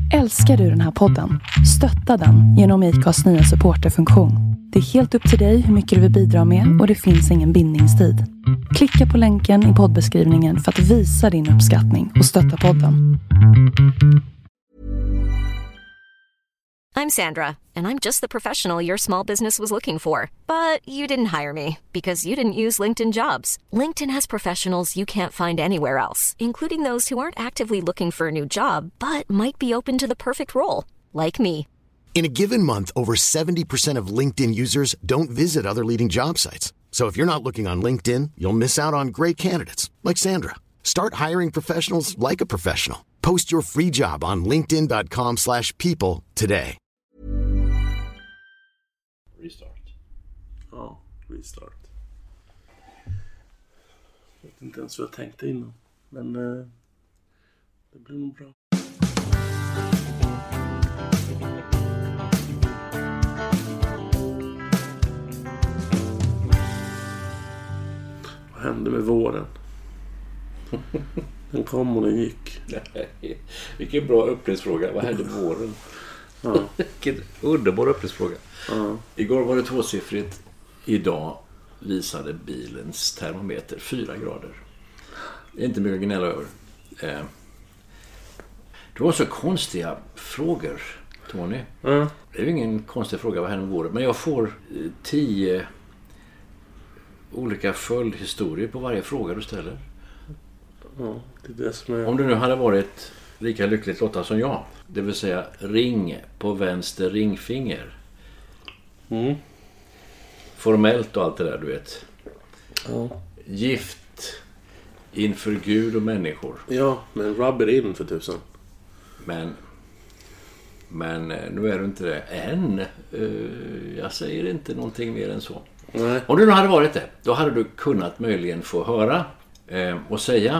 Älskar du den här podden? Stötta den genom IKAs nya supporterfunktion. Det är helt upp till dig hur mycket du vill bidra med och det finns ingen bindningstid. Klicka på länken i poddbeskrivningen för att visa din uppskattning och stötta podden. I'm Sandra, and I'm just the professional your small business was looking for. But you didn't hire me because you didn't use LinkedIn Jobs. LinkedIn has professionals you can't find anywhere else, including those who aren't actively looking for a new job, but might be open to the perfect role, like me. In a given month, over 70% of LinkedIn users don't visit other leading job sites. So if you're not looking on LinkedIn, you'll miss out on great candidates like Sandra. Start hiring professionals like a professional. Post your free job on linkedin.com/people today. Restart. Ja, restart. Jag vet inte ens vad jag tänkte innan. Men det blir nog bra. Vad hände med våren? Den kom och den gick. Vilken bra upplevelsefråga. Vad hände med våren? Ja. Vilken underbar upplevelsefråga. Ja. Igår var det tvåsiffrigt. Idag visade bilens termometer 4 grader. Det är inte mycket att gnälla över. Det var så konstiga frågor, Tony. Ja. Det är ju ingen konstig fråga vad hände med våren. Men jag får 10 olika följdhistorier på varje fråga du ställer. Ja, det är det som är... Om du nu hade varit lika lyckligt lottad som jag, det vill säga ring på vänster ringfinger. Mm. Formellt och allt det där, du vet. Ja. Gift inför Gud och människor. Ja, men rubber in för tusen. Men nu är du inte det än. Jag säger inte någonting mer än så. Nej. Om du nu hade varit det, då hade du kunnat möjligen få höra och säga: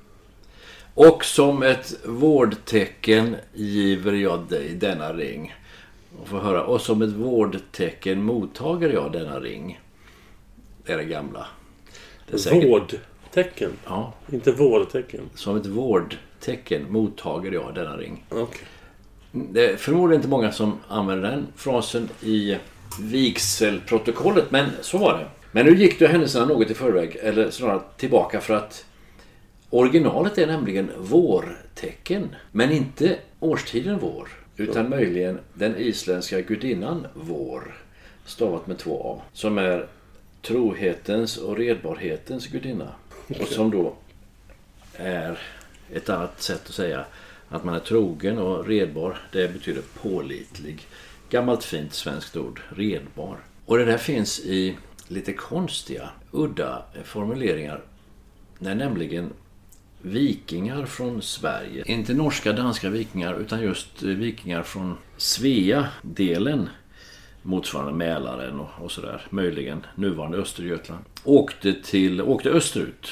och som ett vårdtecken giver jag dig denna ring. Och få höra: och som ett vårdtecken mottager jag denna ring. Det är det gamla. Det är säkert... Vårdtecken? Ja. Inte vårdtecken. Som ett vårdtecken mottager jag denna ring. Okay. Det är förmodligen inte många som använder den frasen i vigselprotokollet, men så var det. Men nu gick du händelserna något i förväg, eller snarare tillbaka, för att originalet är nämligen vårtecken, men inte årstiden vår, utan möjligen den isländska gudinnan vår, stavat med 2 A, som är trohetens och redbarhetens gudinna. Och som då är ett annat sätt att säga att man är trogen och redbar. Det betyder pålitlig. Gammalt fint svenskt ord, redbar. Och det där finns i lite konstiga, udda formuleringar. När nämligen vikingar från Sverige, inte norska, danska vikingar, utan just vikingar från Svea-delen, motsvarande Mälaren och sådär, möjligen nuvarande Östergötland, åkte österut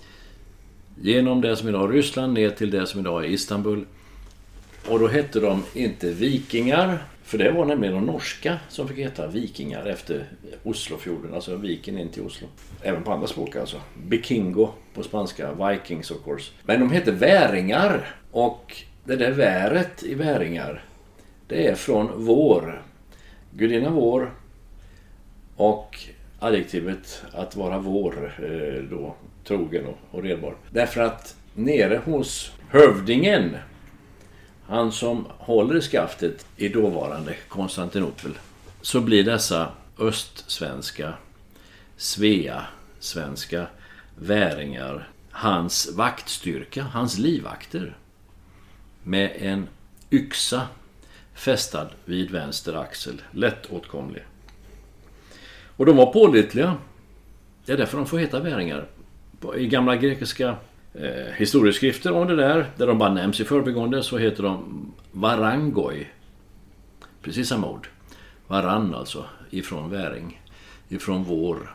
genom det som idag är Ryssland ner till det som idag är Istanbul. Och då hette de inte vikingar, för det var nämligen de norska som fick heta vikingar efter Oslofjorden, alltså viken in till Oslo. Även på andra språk alltså. Vikingo på spanska, Vikings of course. Men de hette väringar, och det där väret i väringar, det är från vår. Gudinna vår och adjektivet att vara vår, då trogen och redbar. Därför att nere hos hövdingen, han som håller i skaftet i dåvarande Konstantinopel, så blir dessa östsvenska, Svea-svenska väringar hans vaktstyrka, hans livvakter, med en yxa fästad vid vänster axel, lätt åtkomlig. Och de var pålitliga. Det är därför de får heta väringar. I gamla grekiska historieskrifter om det där de bara nämns i förbigående, så heter de varangoi. Precis samma ord. Varann alltså, ifrån väring, ifrån vår.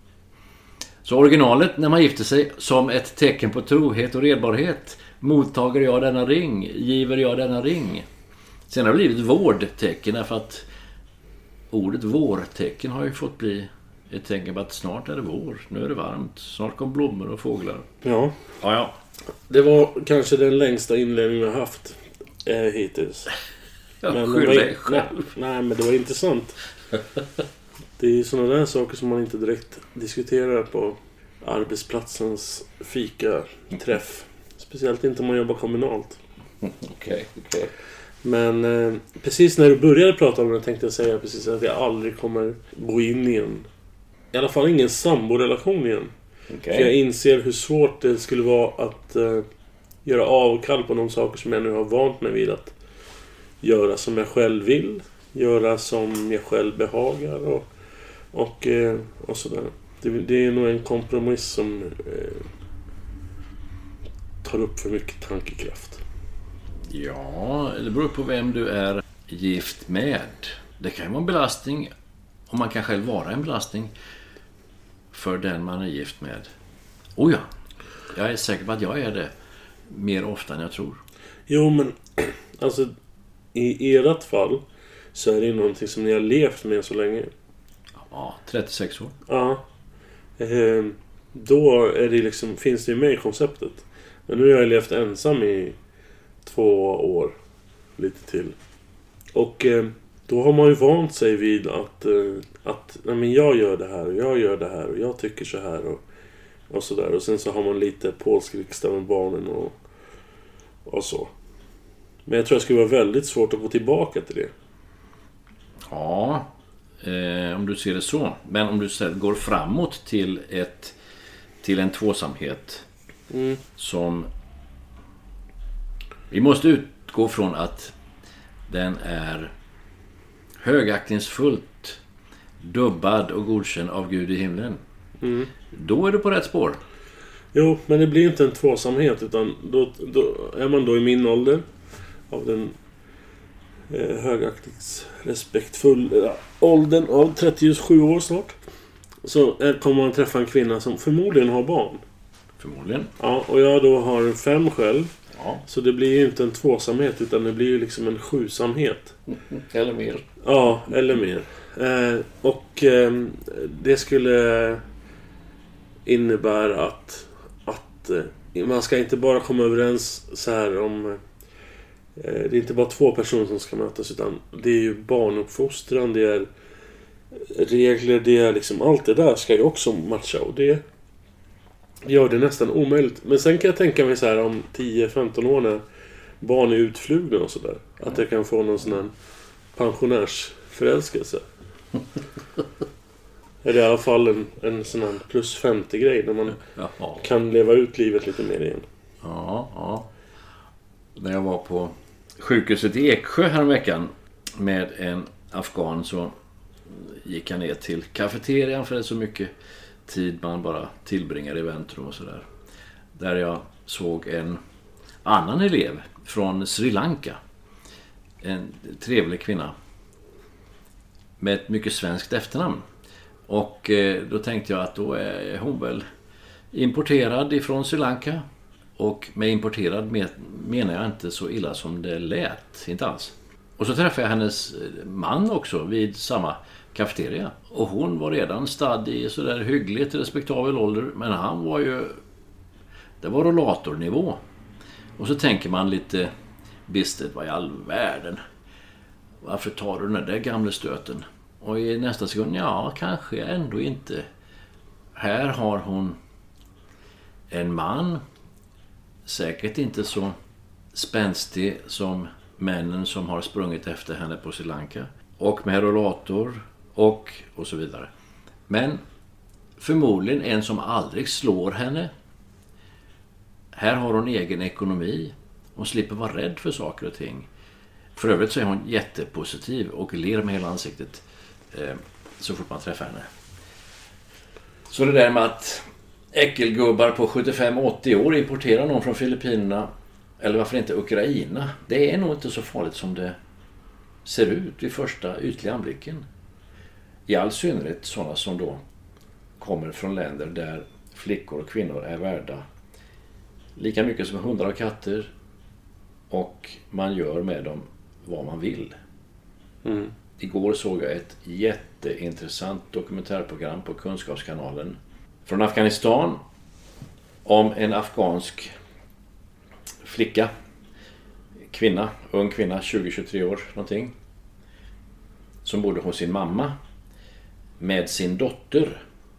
Så originalet, när man gifter sig, som ett tecken på trohet och redbarhet, mottager jag denna ring, giver jag denna ring. Sen har det blivit vårdtecken, därför att ordet vårtecken har ju fått bli ett tecken på att snart är det vår, nu är det varmt, snart kommer blommor och fåglar. Ja. Ja. Det var kanske den längsta inledningen jag haft. Hittills. Men skyll dig själv. Nej, men det var intressant. Det är ju sådana där saker som man inte direkt diskuterar på arbetsplatsens fika-träff. Speciellt inte om man jobbar kommunalt. Okej. Men precis när du började prata om det tänkte jag säga precis att jag aldrig kommer gå in i i alla fall ingen samborelation igen. Okay. För jag inser hur svårt det skulle vara att göra avkall på de saker som jag nu har vant mig vid att göra som jag själv vill, göra som jag själv behagar och sådär. Det är nog en kompromiss som tar upp för mycket tankekraft. Ja, det beror på vem du är gift med. Det kan ju vara en belastning, och man kan själv vara en belastning för den man är gift med. Oh ja, jag är säker på att jag är det mer ofta än jag tror. Jo, men alltså i ert fall så är det någonting som ni har levt med så länge. Ja, 36 år. Ja. Då är det liksom, finns det ju med i konceptet. Men nu har jag levt ensam i 2 år. Lite till. Och då har man ju vant sig vid att nej, men jag gör det här och jag gör det här och jag tycker så här och sådär. Och sen så har man lite polsk riksdag med barnen och så. Men jag tror det skulle vara väldigt svårt att gå tillbaka till det. Ja, om du ser det så. Men om du går framåt till en tvåsamhet som vi måste utgå från att den är högaktningsfullt dubbad och godkänd av Gud i himlen. Då är du på rätt spår. Jo, men det blir inte en tvåsamhet, utan då är man då i min ålder av den högaktningsrespektfulla åldern av 37 år snart, så kommer man träffa en kvinna som förmodligen har barn. Förmodligen. Ja, och jag då har 5 själv. Ja. Så det blir ju inte en tvåsamhet, utan det blir ju liksom en 7-samhet. Eller mer. Ja, eller mer. Och det skulle innebära att man ska inte bara komma överens så här om... Det är inte bara 2 personer som ska mötas, utan det är ju barnuppfostran, det är regler, det är liksom allt det där ska ju också matcha, och det gör det nästan omöjligt. Men sen kan jag tänka mig så här om 10-15 år när barn är utflugna och sådär, att jag kan få någon sån här pensionärsförälskelse. Är det i alla fall en sån här plus 50 grej när man kan leva ut livet lite mer igen. Ja. När jag var på sjukhuset i Eksjö häromveckan med en afghan, så gick jag ner till kafeterian, för det är så mycket tid man bara tillbringar i väntrum och sådär. Där jag såg en annan elev från Sri Lanka. En trevlig kvinna med ett mycket svenskt efternamn. Och då tänkte jag att då är hon väl importerad ifrån Sri Lanka. Och med importerad menar jag inte så illa som det lät, inte alls. Och så träffade jag hennes man också vid samma kafeteria. Och hon var redan stadd i sådär hyggligt respektabel ålder, men han var ju... Det var rollatornivå. Och så tänker man lite bistert, vad i all världen? Varför tar du den där gamla stöten? Och i nästa sekund, ja, kanske ändå inte. Här har hon en man, säkert inte så spänstig som männen som har sprungit efter henne på Sri Lanka. Och med rollator och så vidare. Men förmodligen en som aldrig slår henne. Här har hon egen ekonomi. Hon slipper vara rädd för saker och ting. För övrigt så är hon jättepositiv och ler med hela ansiktet så fort man träffar henne. Så det där med att äckelgubbar på 75-80 år importerar någon från Filippinerna, eller varför inte Ukraina, det är nog inte så farligt som det ser ut vid första ytliga anblicken. I all synnerhet sådana som då kommer från länder där flickor och kvinnor är värda lika mycket som hundar och katter, och man gör med dem vad man vill. Igår såg jag ett jätteintressant dokumentärprogram på Kunskapskanalen från Afghanistan om en afghansk flicka, kvinna, ung kvinna, 20-23 år någonting, som bodde hos sin mamma med sin dotter,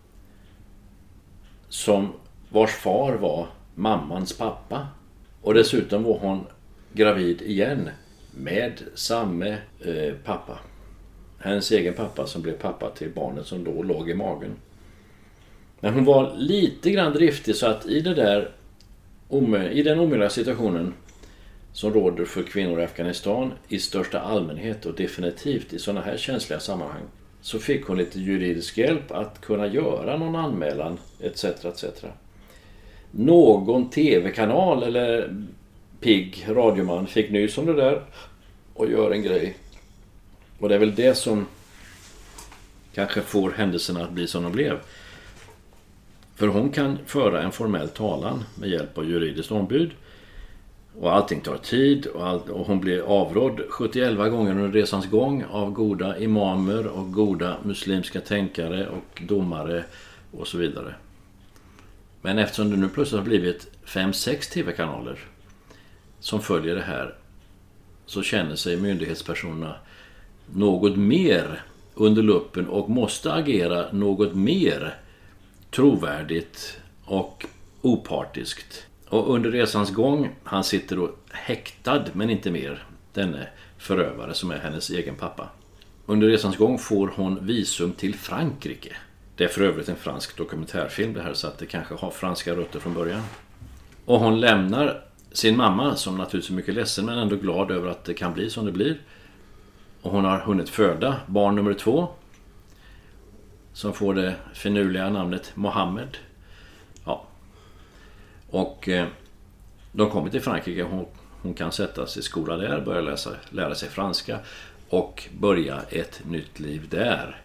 som vars far var mammans pappa, och dessutom var hon gravid igen med samma pappa, hennes egen pappa, som blev pappa till barnet som då låg i magen. Men hon var lite grann driftig, så att i den omöjliga situationen som råder för kvinnor i Afghanistan i största allmänhet och definitivt i sådana här känsliga sammanhang, så fick hon lite juridisk hjälp att kunna göra någon anmälan etc. etc. Någon tv-kanal eller pigg radioman fick nys om det där och gör en grej. Och det är väl det som kanske får händelserna att bli som de blev. För hon kan föra en formell talan med hjälp av juridiskt ombud. Och allting tar tid och hon blir avrådd 71 gånger under resans gång av goda imamer och goda muslimska tänkare och domare och så vidare. Men eftersom det nu plötsligt har blivit 5-6 tv-kanaler som följer det här, så känner sig myndighetspersonerna något mer under luppen och måste agera något mer trovärdigt och opartiskt. Och under resans gång, han sitter då häktad men inte mer, denne förövare som är hennes egen pappa. Under resans gång får hon visum till Frankrike. Det är för övrigt en fransk dokumentärfilm det här, så att det kanske har franska rötter från början. Och hon lämnar sin mamma, som naturligtvis är mycket ledsen men ändå glad över att det kan bli som det blir. Och hon har hunnit föda barn nummer 2, som får det finurliga namnet Mohammed. Ja. Och de kommer till Frankrike. Hon kan sättas i skola där, börja lära sig franska och börja ett nytt liv där.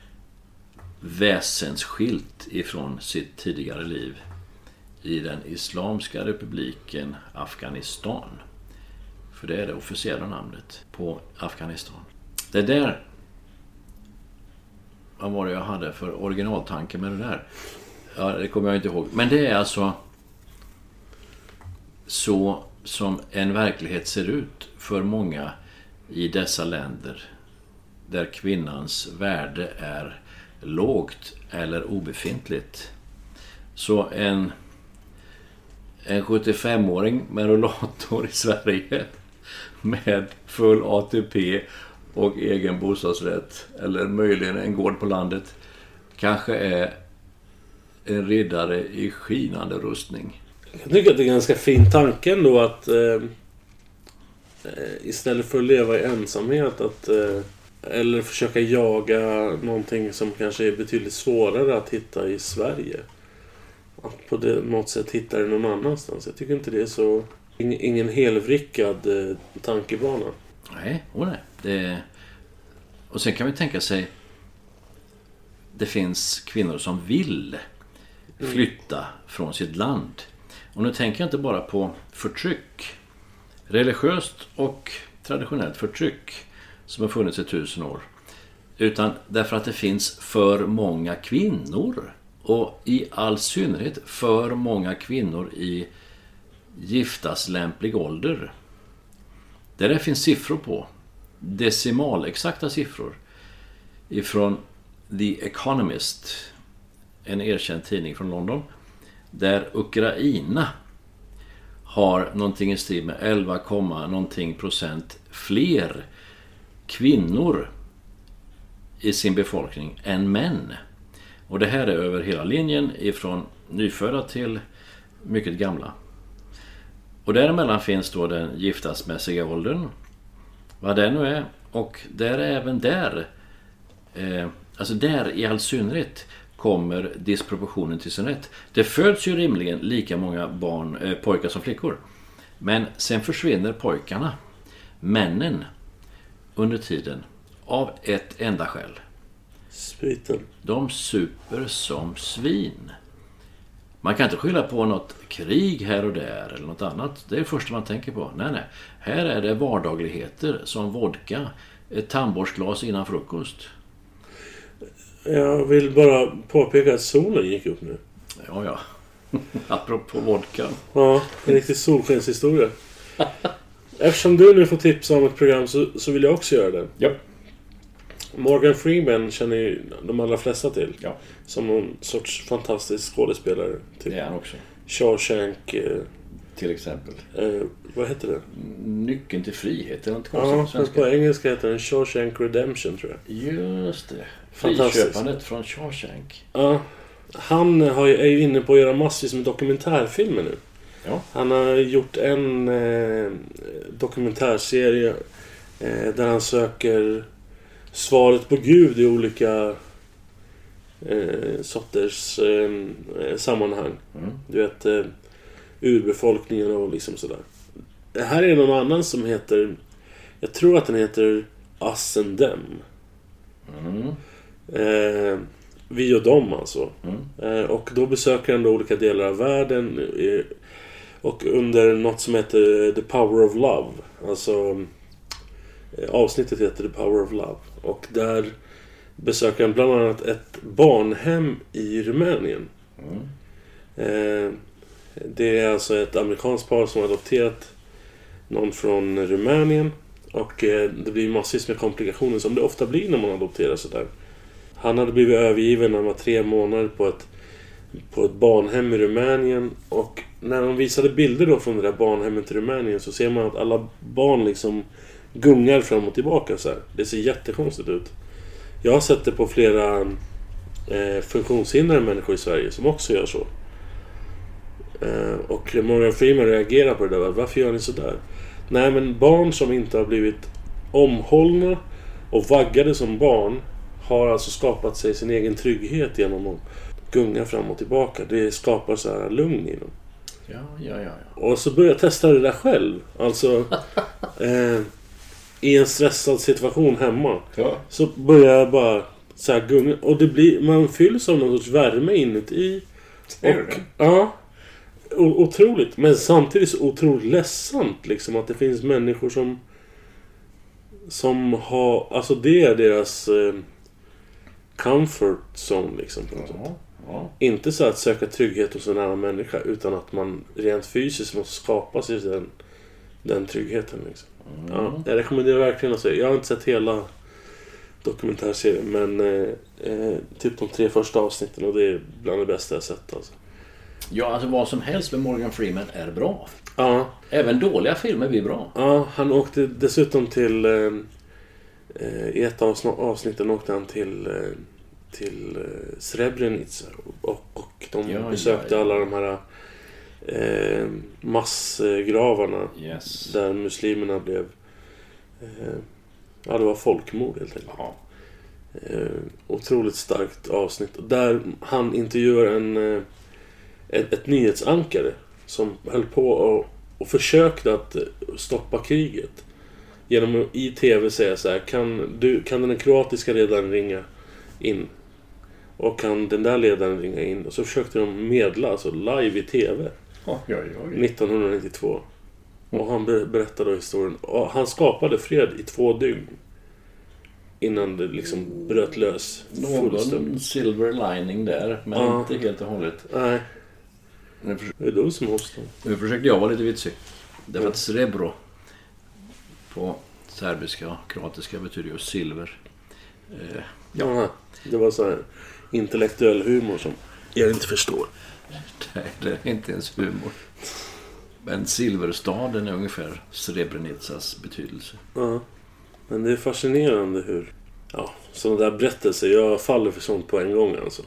Väsensskilt ifrån sitt tidigare liv i den Islamiska republiken Afghanistan. För det är det officiella namnet på Afghanistan. Det där, vad var det jag hade för originaltanke med det där? Ja, det kommer jag inte ihåg. Men det är alltså så som en verklighet ser ut för många i dessa länder där kvinnans värde är lågt eller obefintligt. Så en 75-åring med rollator i Sverige med full ATP och egen bostadsrätt, eller möjligen en gård på landet, kanske är en riddare i skinande rustning. Jag tycker att det är en ganska fin tanke ändå att istället för att leva i ensamhet eller försöka jaga någonting som kanske är betydligt svårare att hitta i Sverige, att på något sätt hitta det någon annanstans. Jag tycker inte det är så ingen helvrickad tankebana. Nej, och sen kan vi tänka sig, det finns kvinnor som vill flytta från sitt land. Och nu tänker jag inte bara på förtryck, religiöst och traditionellt förtryck som har funnits i 1000 år, utan därför att det finns för många kvinnor, och i all synnerhet för många kvinnor i giftaslämplig ålder. Där finns siffror på, decimalexakta siffror ifrån The Economist, en erkänd tidning från London, där Ukraina har någonting i stil med 11,någonting% fler kvinnor i sin befolkning än män. Och det här är över hela linjen, ifrån nyfödda till mycket gamla. Och däremellan finns då den giftasmässiga åldern, vad det nu är, och där är även där, alltså där i all synnerhet kommer disproportionen till sin rätt. Det föds ju rimligen lika många pojkar som flickor. Men sen försvinner pojkarna, männen, under tiden av ett enda skäl. Spriten. De super som svin. Man kan inte skylla på något krig här och där eller något annat. Det är det första man tänker på. Nej. Här är det vardagligheter som vodka, ett tandborstglas innan frukost. Jag vill bara påpeka att solen gick upp nu. Ja. Apropå vodka. Ja, en riktig solskenshistoria. Eftersom du nu får tipsa om ett program så vill jag också göra det. Ja. Morgan Freeman känner ju de allra flesta till. Ja. Som någon sorts fantastisk skådespelare. Typ. Det är han också. Shawshank. Till exempel. Vad heter det? Nyckeln till frihet. Eller inte ja, men på engelska heter den Shawshank Redemption, tror jag. Just det. Friköpandet från Shawshank. Ja. Han är ju inne på att göra massvis med dokumentärfilmer nu. Ja. Han har gjort en dokumentärserie där han söker svaret på Gud i olika sorters sammanhang. Du vet, urbefolkningen och liksom sådär. Det här är någon annan som heter, jag tror att den heter Us and Them. Vi och dem alltså. Och då besöker han då olika delar av världen och under något som heter The Power of Love. Alltså avsnittet heter The Power of Love. Och där besöker han bland annat ett barnhem i Rumänien. Det är alltså ett amerikanskt par som har adopterat någon från Rumänien. Och det blir massvis med komplikationer som det ofta blir när man adopterar sådär. Han hade blivit övergiven när han var 3 månader på ett barnhem i Rumänien. Och när de visade bilder då från det där barnhemmet i Rumänien så ser man att alla barn liksom gungar fram och tillbaka så här. Det ser jättekonstigt ut. Jag har sett det på flera funktionshindrade människor i Sverige som också gör så. Och Morgan Freeman reagerar på det där. Varför gör ni så där? Nej, men barn som inte har blivit omhållna och vaggade som barn har alltså skapat sig sin egen trygghet genom att gunga fram och tillbaka. Det skapar så här lugn i dem. Ja. Och så börjar jag testa det där själv. Alltså i en stressad situation hemma. Ja. Så börjar jag bara så här gunga. Och det blir, man fylls av någon sorts värme inuti. Ja. Otroligt. Men samtidigt så otroligt ledsamt liksom att det finns människor som har, alltså det är deras comfort zone liksom på något sätt. Ja. Inte så att söka trygghet hos en annan människa utan att man rent fysiskt måste skapa sig den tryggheten liksom. Ja, jag rekommenderar verkligen att se. Jag har inte sett hela dokumentärserien men typ de 3 första avsnitten och det är bland det bästa jag sett alltså. Ja, alltså vad som helst med Morgan Freeman är bra. Ja. Även dåliga filmer blir bra. Ja, han åkte dessutom till i ett avsnitten åkte han till Srebrenica och de besökte alla de här massgravarna där muslimerna blev det var folkmord helt enkelt. Ja. Otroligt starkt avsnitt där han intervjuar ett nyhetsankare som höll på och försökte att stoppa kriget genom att i tv säga så här: kan den kroatiska ledaren ringa in och kan den där ledaren ringa in, och så försökte de medla alltså live i tv 1992 och han berättade då historien och han skapade fred i 2 dygn innan det liksom bröt lös. Någon silver lining där, men inte helt och hållet. Nej. Det är du som måste. Nu försökte jag vara lite vitsig. Därför att Srebro på serbiska och kroatiska betyder ju silver. Ja, det var så här intellektuell humor som jag inte förstår. Nej, det är inte ens humor. Men silverstaden är ungefär Srebrenicas betydelse. Ja, men det är fascinerande hur sådana där berättelser, jag faller för sånt på en gång alltså.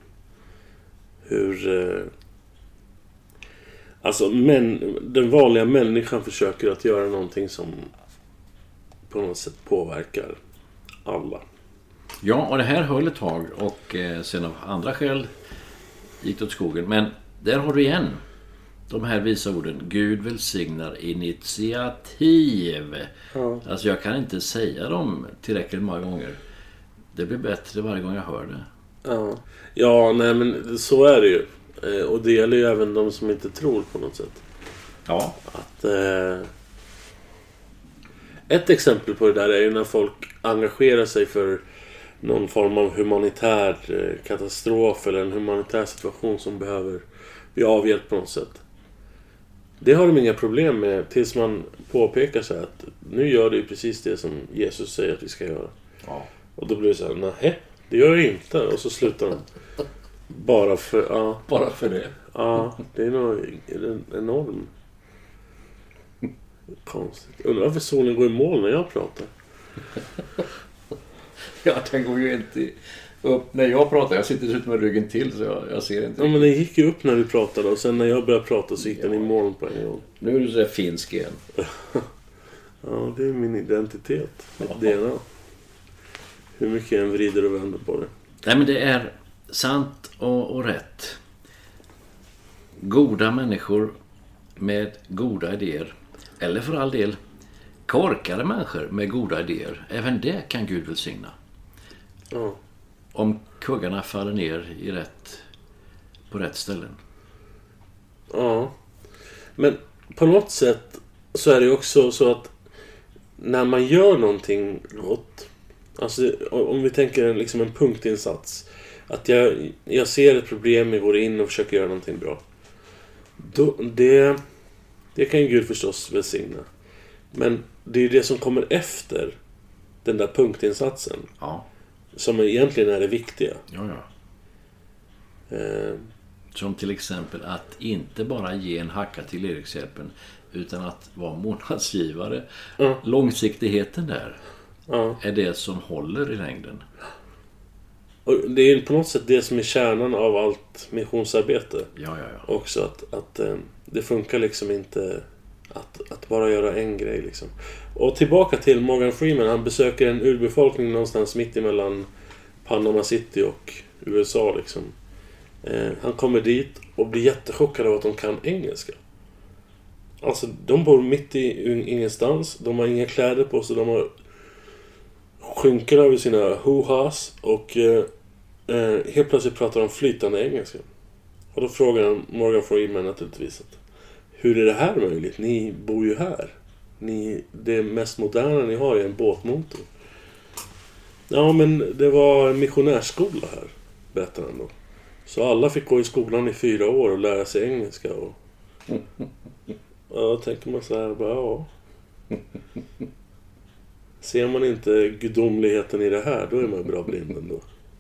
Hur alltså den vanliga människan försöker att göra någonting som på något sätt påverkar alla. Ja, och det här höll ett tag och sen av andra skäl gick det åt skogen. Men där har du igen de här visa orden: Gud välsignar initiativ. Ja. Alltså jag kan inte säga dem tillräckligt många gånger. Det blir bättre varje gång jag hör det. Ja, nej men så är det ju. Och det gäller ju även de som inte tror på något sätt. Ja. Att ett exempel på det där är ju när folk engagerar sig för någon form av humanitär katastrof eller en humanitär situation som behöver bli avhjälpt på något sätt. Det har de inga problem med tills man påpekar så här att nu gör du precis det som Jesus säger att vi ska göra. Ja. Och då blir det så här, nej, det gör jag inte. Och så slutar de. Bara för det. Ja, det är nog enorm konstigt. Undrar varför solen går i mål när jag pratar. Ja, den går ju inte upp när jag pratar. Jag sitter dessutom med ryggen till så jag ser inte. Ja, men den gick ju upp när du pratade och sen när jag började prata så gick den i moln på en gång. Nu är du så där finsk igen. Ja, det är min identitet. Mitt DNA. Hur mycket jag än vrider och vänder på det. Nej, men det är sant och rätt. Goda människor med goda idéer. Eller för all del korkade människor med goda idéer. Även det kan Gud välsigna. Ja. Om kuggarna faller ner på rätt ställen. Ja. Men på något sätt så är det också så att när man gör någonting gott, alltså om vi tänker liksom en punktinsats, att jag ser ett problem, jag går in och försöker göra någonting bra, då, det kan ju Gud förstås välsigna. Men det är ju det som kommer efter den där punktinsatsen, Ja. som egentligen är det viktiga. Ja. Som till exempel att inte bara ge en hacka till Erikshjälpen utan att vara månadsgivare. Långsiktigheten där är det som håller i längden. Och det är på något sätt det som är kärnan av allt missionsarbete. Ja. Också att det funkar liksom inte att bara göra en grej liksom. Och tillbaka till Morgan Freeman. Han besöker en urbefolkning någonstans mitt emellan Panama City och USA liksom. Han kommer dit och blir jättechockad av att de kan engelska. Alltså de bor mitt i ingenstans. De har inga kläder på sig. De har skynken över sina ho-has. Och helt plötsligt pratar de flytande engelska. Och då frågar Morgan Freeman naturligtvis att hur är det här möjligt? Ni bor ju här. Det mest moderna ni har är en båtmotor. Ja, men det var en missionärskola här, berättar han då. Så alla fick gå i skolan i 4 år och lära sig engelska. Och ja, tänker man så här, bara, ja. Ser man inte gudomligheten i det här, då är man bra blind ändå.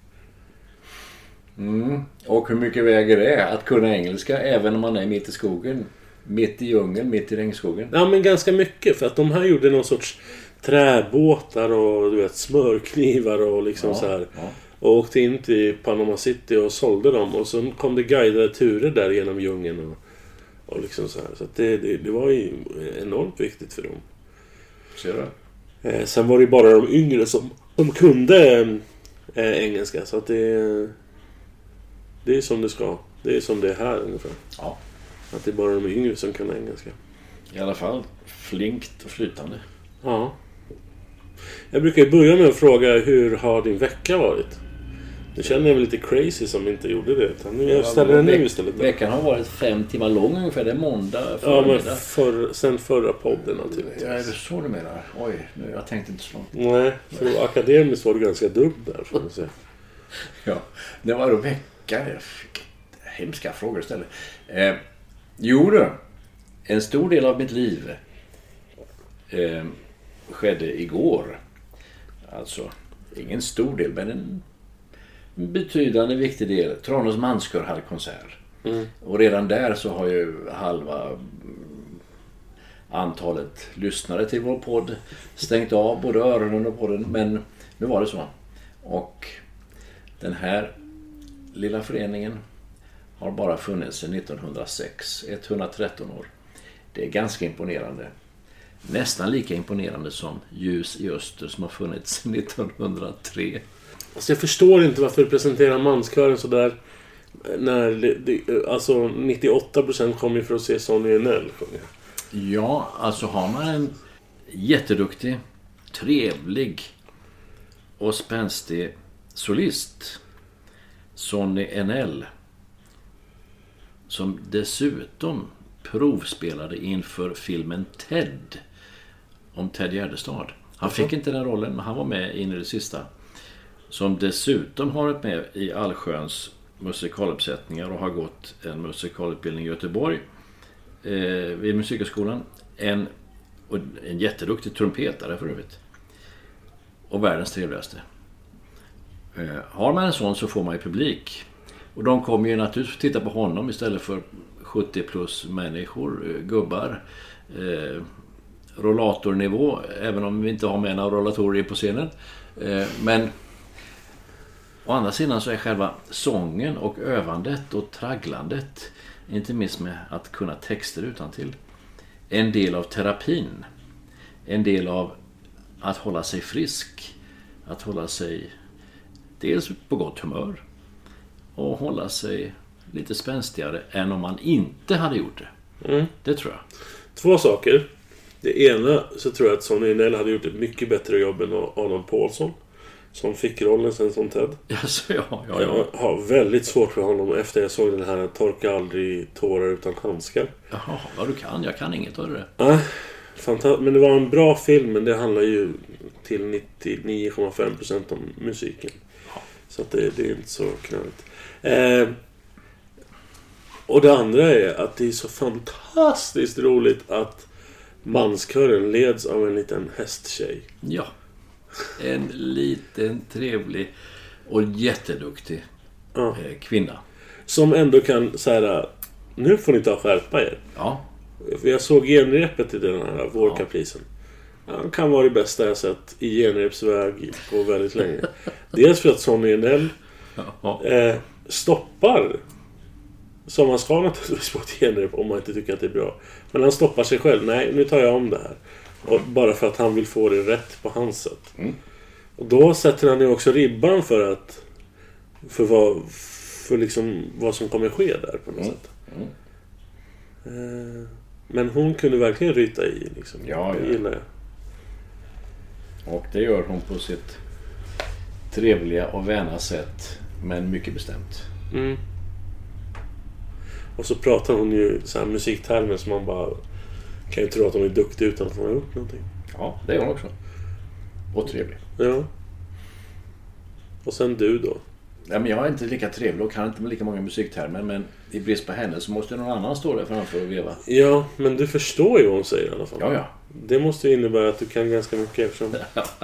Och hur mycket väger det att kunna engelska även om man är mitt i skogen? Mitt i djungeln, mitt i regnskogen? Ja, men ganska mycket. För att de här gjorde någon sorts träbåtar och du vet, smörknivar och liksom så här. Ja. Och åkte in till Panama City och sålde dem. Och sen kom det guidade turer där genom djungeln och liksom så här. Så att det var ju enormt viktigt för dem. Ser du? Sen var det bara de yngre som kunde engelska. Så att det är som det ska. Det är som det är här ungefär. Ja. Att det är bara de yngre som kan engelska. I alla fall flinkt och flytande. Ja. Jag brukar börja med att fråga hur har din vecka varit? Nu känner jag mig lite crazy som inte gjorde det. Jag ställer den nu istället. Veckan har varit 5 timmar lång ungefär. Det är måndag förmiddag. Ja, men sen förra podden naturligtvis. Ja, är det så du menar? Oj, nu, jag tänkte inte så långt. Nej, för akademiskt var det ganska dumt där, får man säga. Ja, det var då vecka. Jag fick hemska frågor istället. Jo då, en stor del av mitt liv skedde igår. Alltså, ingen stor del, men en betydande viktig del. Tranås manskör hade konsert. Och redan där så har ju halva antalet lyssnare till vår podd stängt av både öronen och podden. Men nu var det så. Och den här lilla föreningen har bara funnits sedan 1906. 113 år. Det är ganska imponerande. Nästan lika imponerande som Ljus i Öster som har funnits sedan 1903. Alltså jag förstår inte varför du presenterar manskören så där. När alltså 98% kommer ju för att se Sonny Enell. Ja, alltså har man en jätteduktig, trevlig och spänstig solist, Sonny Enell, som dessutom provspelade inför filmen Ted om Ted Gärdestad. Han fick inte den rollen, men han var med in i det sista. Som dessutom har varit med i allsköns musikaluppsättningar och har gått en musikalutbildning i Göteborg. vid musikhögskolan. En jätteduktig trumpetare för övrigt. Och världens trevligaste. Har man en sån så får man ju publik. Och de kommer ju naturligtvis titta på honom istället för 70 plus människor, gubbar. Rollatornivå, även om vi inte har med några rollatorer på scenen. Men å andra sidan så är själva sången och övandet och tragglandet, inte minst med att kunna texter utantill, en del av terapin. En del av att hålla sig frisk. Att hålla sig dels på gott humör och hålla sig lite spänstigare än om man inte hade gjort det. Det tror jag. 2 saker. Det ena så tror jag att Sonny Enell hade gjort ett mycket bättre jobb än Arnold Paulson, som fick rollen sen som Ted. Alltså, ja. Jag har väldigt svårt för honom efter jag såg den här Torka aldrig tårar utan handskar. Jaha, vad du kan. Jag kan inget av det. Nej, men det var en bra film, men det handlar ju till 99,5% om musiken. Ja. Så att det är inte så knalligt. Och det andra är att det är så fantastiskt roligt att manskören leds av en liten hästtjej. Ja. En liten trevlig och jätteduktig kvinna. Som ändå kan säga: nu får ni ta skärpa er. Ja. För jag såg genrepet i den här vårkaprisen. Han kan vara det bästa jag sett i genrepsväg på väldigt länge. Dels för att Sonny Enell stoppar, som man ska naturligtvis på ett genrep om man inte tycker att det är bra. Men han stoppar sig själv. Nej, nu tar jag om det här. Och bara för att han vill få det rätt på hans sätt. Och då sätter han ju också ribban för liksom vad som kommer ske där på något sätt. Men hon kunde verkligen ryta i liksom. Ja. Det gillar jag. Och det gör hon på sitt trevliga och väna sätt, men mycket bestämt. Och så pratar hon ju så här musiktermer som man bara kan ju tro att hon är duktig utan att hon har gjort någonting. Ja, det är hon också. Och trevlig. Ja. Och sen du då? Ja, men jag är inte lika trevlig och kan inte med lika många musiktermer, men i brist på henne så måste någon annan stå där framför och veva. Ja, men du förstår ju vad hon säger i alla fall. Ja. Det måste ju innebära att du kan ganska mycket eftersom...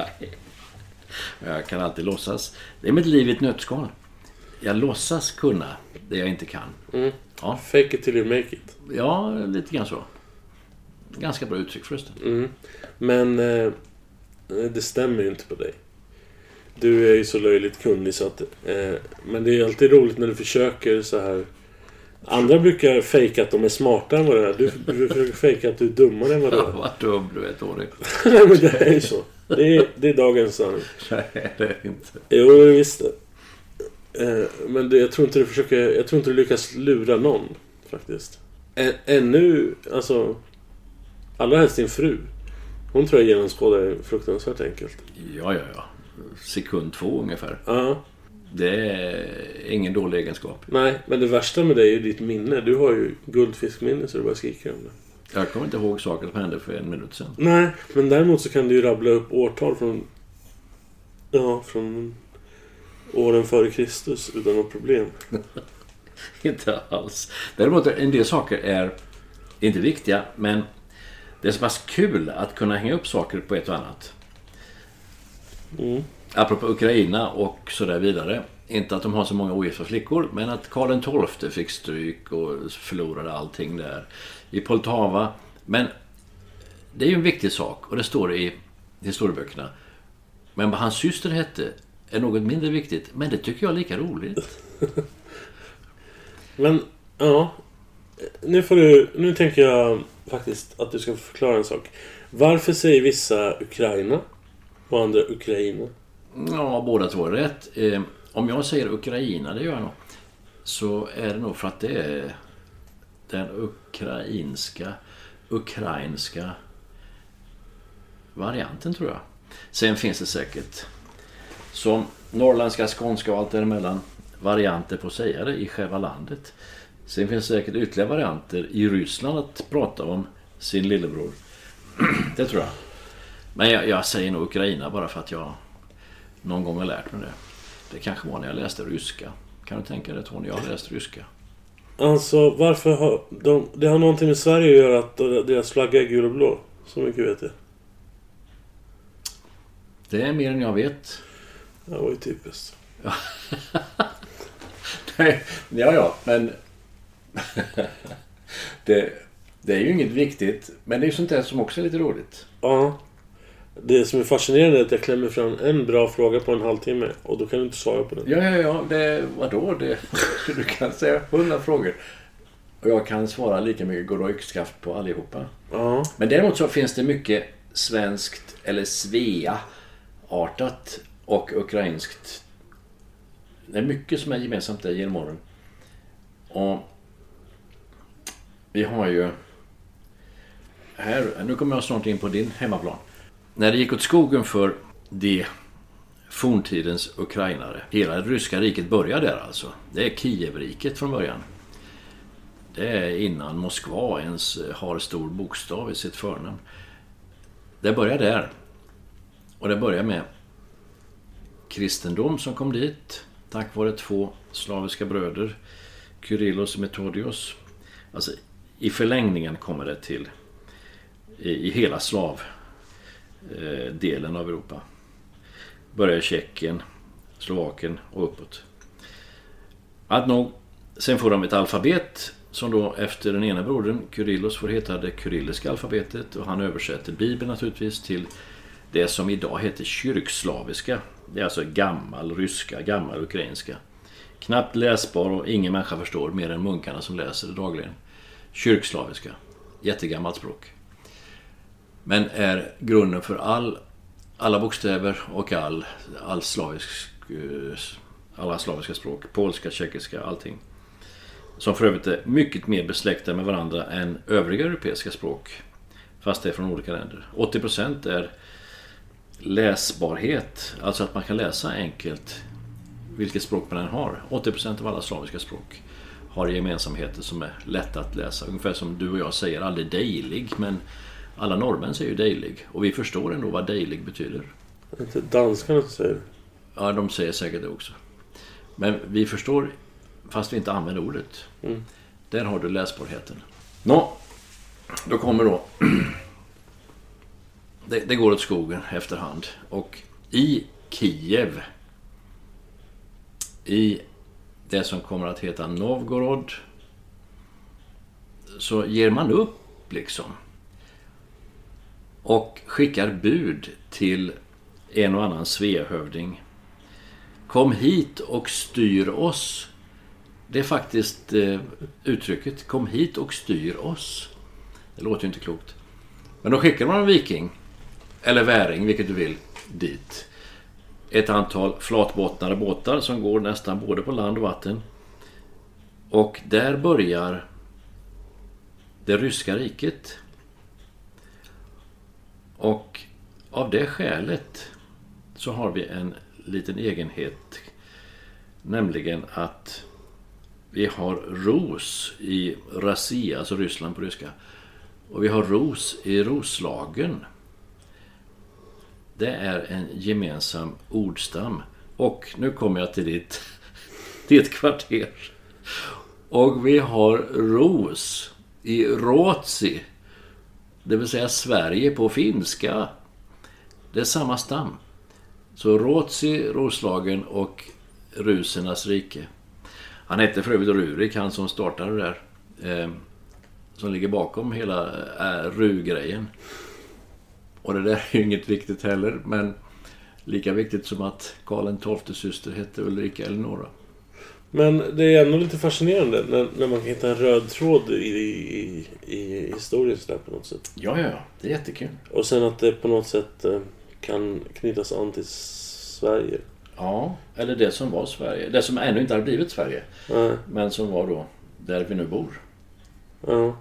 Jag kan alltid låtsas. Det är mitt liv i ett nötskal. Jag låtsas kunna det jag inte kan. Ja. Fake it till you make it. Ja, lite grann så. Ganska bra uttryck förresten. Men det stämmer ju inte på dig. Du är ju så löjligt kunnig så att... men det är alltid roligt när du försöker så här... Andra brukar fejka att de är smartare än vad det är. Du försöker fejka att du är dummare än vad det är. Vad dum du är, Tony. Nej, men det är ju så. Det är dagens sanning. Nej, det är inte. Jo, det visst det. Men jag tror inte du lyckas lura någon faktiskt. Ännu, alltså, allra helst din fru. Hon tror jag genomskådar fruktansvärt enkelt. Ja. Sekund 2 ungefär. Ja. Det är ingen dålig egenskap. Nej, men det värsta med dig är ditt minne. Du har ju guldfiskminne så du bara skriker om det. Jag kommer inte ihåg saker som hände för 1 minut sedan. Nej, men däremot så kan du ju rabbla upp årtal från åren före Kristus utan något problem. Inte alls. Däremot en del saker är inte viktiga, men det är så pass kul att kunna hänga upp saker på ett och annat. Apropå Ukraina och så där vidare. Inte att de har så många ogifta flickor, men att Karl XII fick stryk och förlorade allting där i Poltava. Men det är ju en viktig sak och det står i historieböckerna. Men vad hans syster hette är något mindre viktigt, men det tycker jag är lika roligt. Men ja, nu tänker jag faktiskt att du ska förklara en sak. Varför säger vissa Ukraina och andra Ukraina? Ja, båda två är rätt. Om jag säger Ukraina, det gör jag nog, så är det nog för att det är den ukrainska varianten, tror jag. Sen finns det säkert som norrländska, skånska och allt däremellan varianter på att säga det i själva landet. Sen finns det säkert ytterligare varianter i Ryssland att prata om sin lillebror. Det tror jag. Men jag säger nog Ukraina bara för att jag någon gång har lärt mig det. Det kanske var när jag läste ryska. Kan du tänka dig, Tony? Jag har läst ryska. Alltså, varför har det har någonting med Sverige att göra att deras flagga är gul och blå. Så mycket vet jag. Det är mer än jag vet. Det var ju typiskt. Ja, men det är ju inget viktigt. Men det är ju sånt där som också är lite roligt. Ja. Det som är fascinerande är att jag klämmer fram en bra fråga på en halvtimme. Och då kan du inte svara på den. Ja. Vadå? Du kan säga 100 frågor. Och jag kan svara lika mycket går och yxskaft på allihopa. Ja. Men däremot så finns det mycket svenskt eller Svea-artat och ukrainskt. Det är mycket som är gemensamt där genom åren. Och vi har ju här, nu kommer jag snart in på din hemmaplan. När det gick åt skogen för de forntidens ukrainare, hela ryska riket började där alltså. Det är Kievriket från början. Det är innan Moskva ens har stor bokstav i sitt förnamn. Det börjar där. Och det börjar med kristendom som kom dit tack vare 2 slaviska bröder, Kyrillos och Metodios. Alltså i förlängningen kommer det till i hela slavdelen av Europa. Börjar i Tjeckien, Slovakien och uppåt. Sen får de ett alfabet som då efter den ena brodern, Kyrillos, får heta det kyrilliska alfabetet. Och han översätter Bibeln naturligtvis till det som idag heter kyrkslaviska. Det är alltså gammal ryska, gammal ukrainska. Knappt läsbar och ingen människa förstår mer än munkarna som läser det dagligen. Kyrkslaviska. Jättegammalt språk. Men är grunden för alla bokstäver och alla slaviska språk. Polska, tjeckiska, allting. Som för övrigt är mycket mer besläktade med varandra än övriga europeiska språk. Fast det är från olika länder. 80% är läsbarhet. Alltså att man kan läsa enkelt vilket språk man än har. 80% av alla slaviska språk har gemensamheter som är lätta att läsa. Ungefär som du och jag säger aldrig dejlig, men alla norrmän säger ju dejlig. Och vi förstår ändå vad dejlig betyder. Inte danskarna säger det. Ja, de säger säkert det också. Men vi förstår fast vi inte använder ordet. Där har du läsbarheten. Då kommer då det går åt skogen efterhand. Och i Kiev, i det som kommer att heta Novgorod, så ger man upp liksom. Och skickar bud till en och annan Sveahövding. Kom hit och styr oss. Det är faktiskt uttrycket. Kom hit och styr oss. Det låter ju inte klokt. Men då skickar man en viking, eller väring, vilket du vill, dit. Ett antal flatbottnade båtar som går nästan både på land och vatten. Och där börjar det ryska riket. Och av det skälet så har vi en liten egenhet. Nämligen att vi har Rus i Rassia, alltså Ryssland på ryska. Och vi har Rus i Roslagen. Det är en gemensam ordstam. Och nu kommer jag till ditt kvarter. Och vi har Ros i Ruotsi. Det vill säga Sverige på finska. Det är samma stam. Så Ruotsi, Roslagen och Rusernas rike. Han hette för övrigt Rurik, han som startade det där. Som ligger bakom hela Ru-grejen. Och det där är ju inget viktigt heller, men lika viktigt som att Karl XII:s syster hette Ulrika Eleonora. Men det är ändå lite fascinerande när man kan hitta en röd tråd i historien så där på något sätt. Ja, det är jättekul. Och sen att det på något sätt kan knytas an till Sverige. Ja, eller det som var Sverige. Det som ännu inte har blivit Sverige. Nej. Men som var då där vi nu bor. Ja.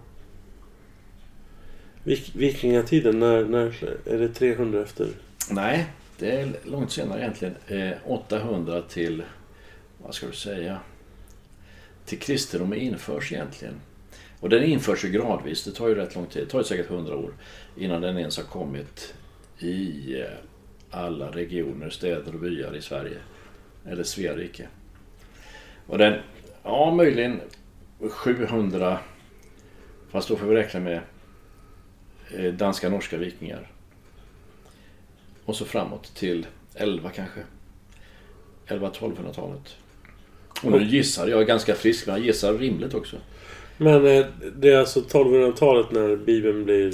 Vikingatiden, när är det 300 efter? Nej, det är långt senare egentligen. 800 till, vad ska du säga, till kristendom införs egentligen. Och den införs ju gradvis, det tar ju rätt lång tid. Det tar ju säkert 100 år innan den ens har kommit i alla regioner, städer och byar i Sverige. Eller Sverige. Och den, ja möjligen 700, fast då får vi räkna med danska, norska vikingar. Och så framåt till 11 kanske. 11-1200-talet. Och nu gissar jag är ganska frisk, men jag gissar rimligt också. Men det är alltså 1200-talet när Bibeln blir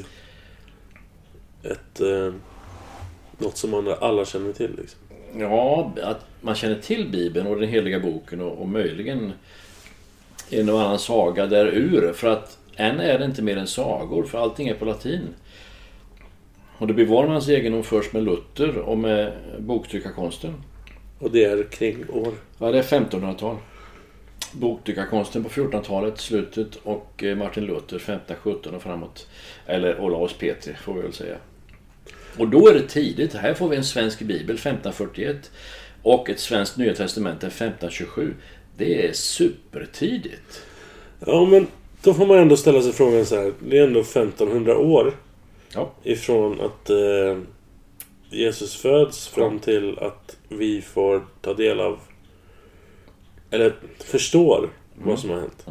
något som alla känner till liksom. Ja, att man känner till Bibeln och den heliga boken och möjligen en och annan saga därur. För att än är det inte mer än sagor, för allting är på latin. Och det blir var mans egendom först med Luther och med boktryckarkonsten. Och det är kring år? Ja, det är 1500-tal. Boktryckarkonsten på 1400-talet, slutet, och Martin Luther 1517 och framåt. Eller Olaus Petri får vi väl säga. Och då är det tidigt. Här får vi en svensk bibel 1541 och ett svenskt Nya testament 1527. Det är supertidigt. Ja, men då får man ändå ställa sig frågan så här. Det är ändå 1500 år ifrån att Jesus föds fram till att vi får ta del av eller förstår vad som har hänt.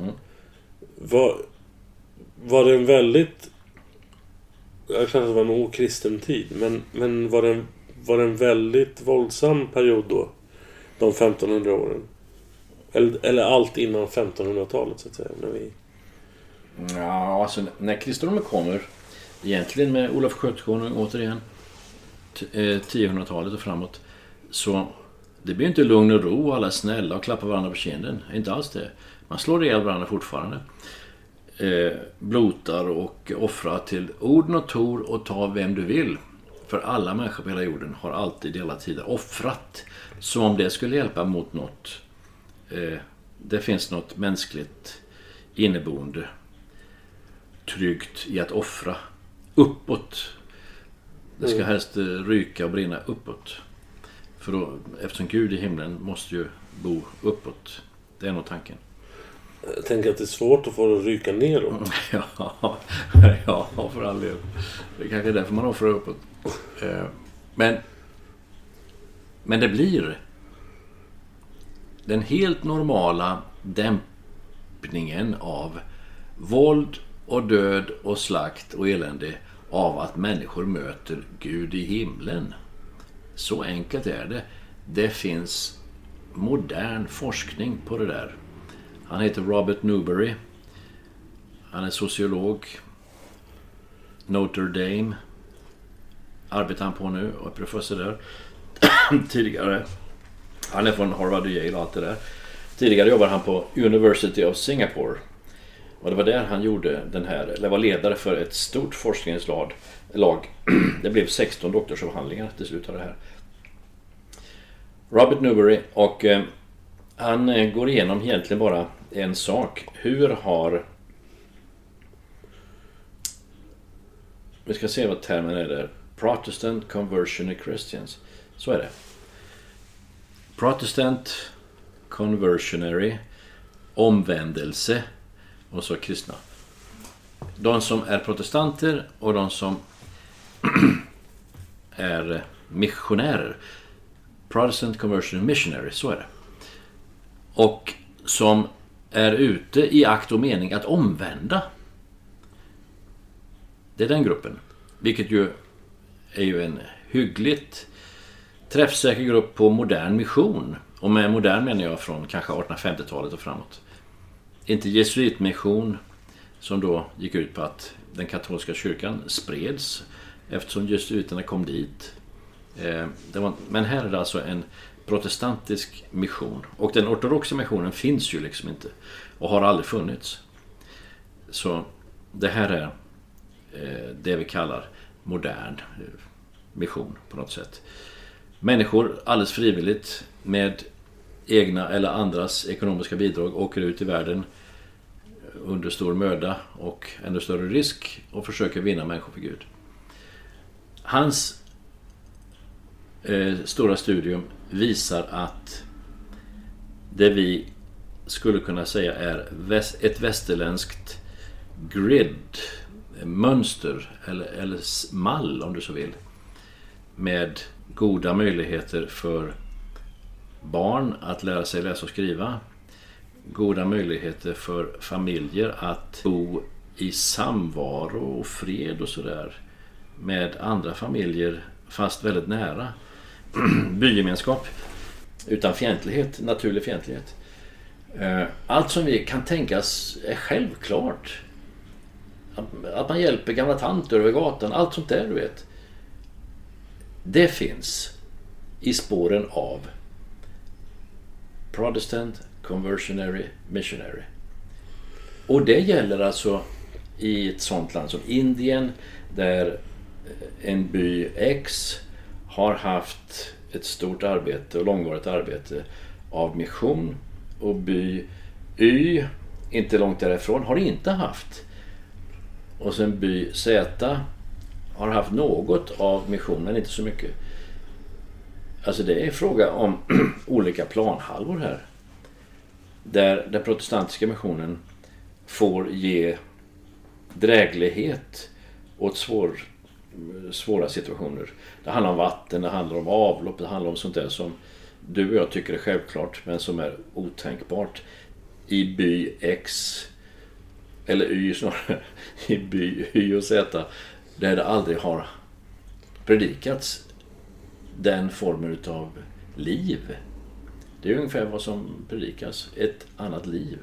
Var det en väldigt, jag kan inte vara en okristen tid, men var det en väldigt våldsam period då, de 1500 åren? Eller allt innan 1500-talet så att säga, när vi... Ja, alltså när kristendomen kommer, egentligen med Olof Skötkonung återigen, 1000-talet och framåt, så det blir inte lugn och ro och alla är snälla och klappar varandra på kinden. Inte alls det. Man slår ihjäl varandra fortfarande. Blotar och offrar till orden och tor och ta vem du vill. För alla människor på hela jorden har alltid hela tiden offrat. Som om det skulle hjälpa mot något. Det finns något mänskligt inneboende tryggt i att offra uppåt. Det ska helst ryka och brinna uppåt. För då, eftersom Gud i himlen måste ju bo uppåt. Det är nog tanken. Jag tänker att det är svårt att få det att ryka neråt. Ja, för all del. Det är kanske är därför man offrar uppåt. Men det blir den helt normala dämpningen av våld och död och slakt och elände av att människor möter Gud i himlen. Så enkelt är det. Det finns modern forskning på det där. Han heter Robert Newbery. Han är sociolog. Notre Dame arbetar han på nu och är professor där. Tidigare. Han är från Harvard och Yale och allt det där. Tidigare jobbade han på University of Singapore. Och det var där han gjorde den här, eller var ledare för ett stort forskningslag. Det blev 16 doktorsavhandlingar till slut av det här. Robert Newbery, och han går igenom egentligen bara en sak. Hur har... Vi ska se vad termen är där. Protestant Conversionary Christians. Så är det. Protestant Conversionary, omvändelse och så kristna. De som är protestanter och de som är missionärer. Protestant Conversion Missionary, så är det. Och som är ute i akt och mening att omvända. Det är den gruppen. Vilket ju är ju en hyggligt träffsäker grupp på modern mission. Och med modern menar jag från kanske 1850-talet och framåt. Inte jesuitmission som då gick ut på att den katolska kyrkan spreds eftersom jesuiterna kom dit. Men här är det alltså en protestantisk mission. Och den ortodoxa missionen finns ju liksom inte och har aldrig funnits. Så det här är det vi kallar modern mission på något sätt. Människor alldeles frivilligt med egna eller andras ekonomiska bidrag åker ut i världen under stor möda och ännu större risk och försöker vinna människor för Gud. Hans stora studium visar att det vi skulle kunna säga är ett västerländskt grid, mönster eller mall om du så vill, med goda möjligheter för barn att lära sig läsa och skriva, goda möjligheter för familjer att bo i samvaro och fred och sådär med andra familjer, fast väldigt nära. Bygemenskap utan fientlighet, naturlig fientlighet. Allt som vi kan tänkas är självklart. Att man hjälper gamla tanter över gatan, allt sånt där, du vet. Det finns i spåren av Protestant, Conversionary, Missionary. Och det gäller alltså i ett sånt land som Indien, där en by X har haft ett stort arbete och långvarigt arbete av mission, och by Y, inte långt därifrån, har inte haft. Och sen by Z har haft något av missionen, inte så mycket. Alltså det är fråga om olika planhalvor här. Där den protestantiska missionen får ge dräglighet åt svåra situationer. Det handlar om vatten, det handlar om avlopp, det handlar om sånt där som du och jag tycker är självklart men som är otänkbart i by X eller Y snarare, i by Y och Z, där det aldrig har predikats den formen av liv. Det är ungefär vad som predikas, ett annat liv.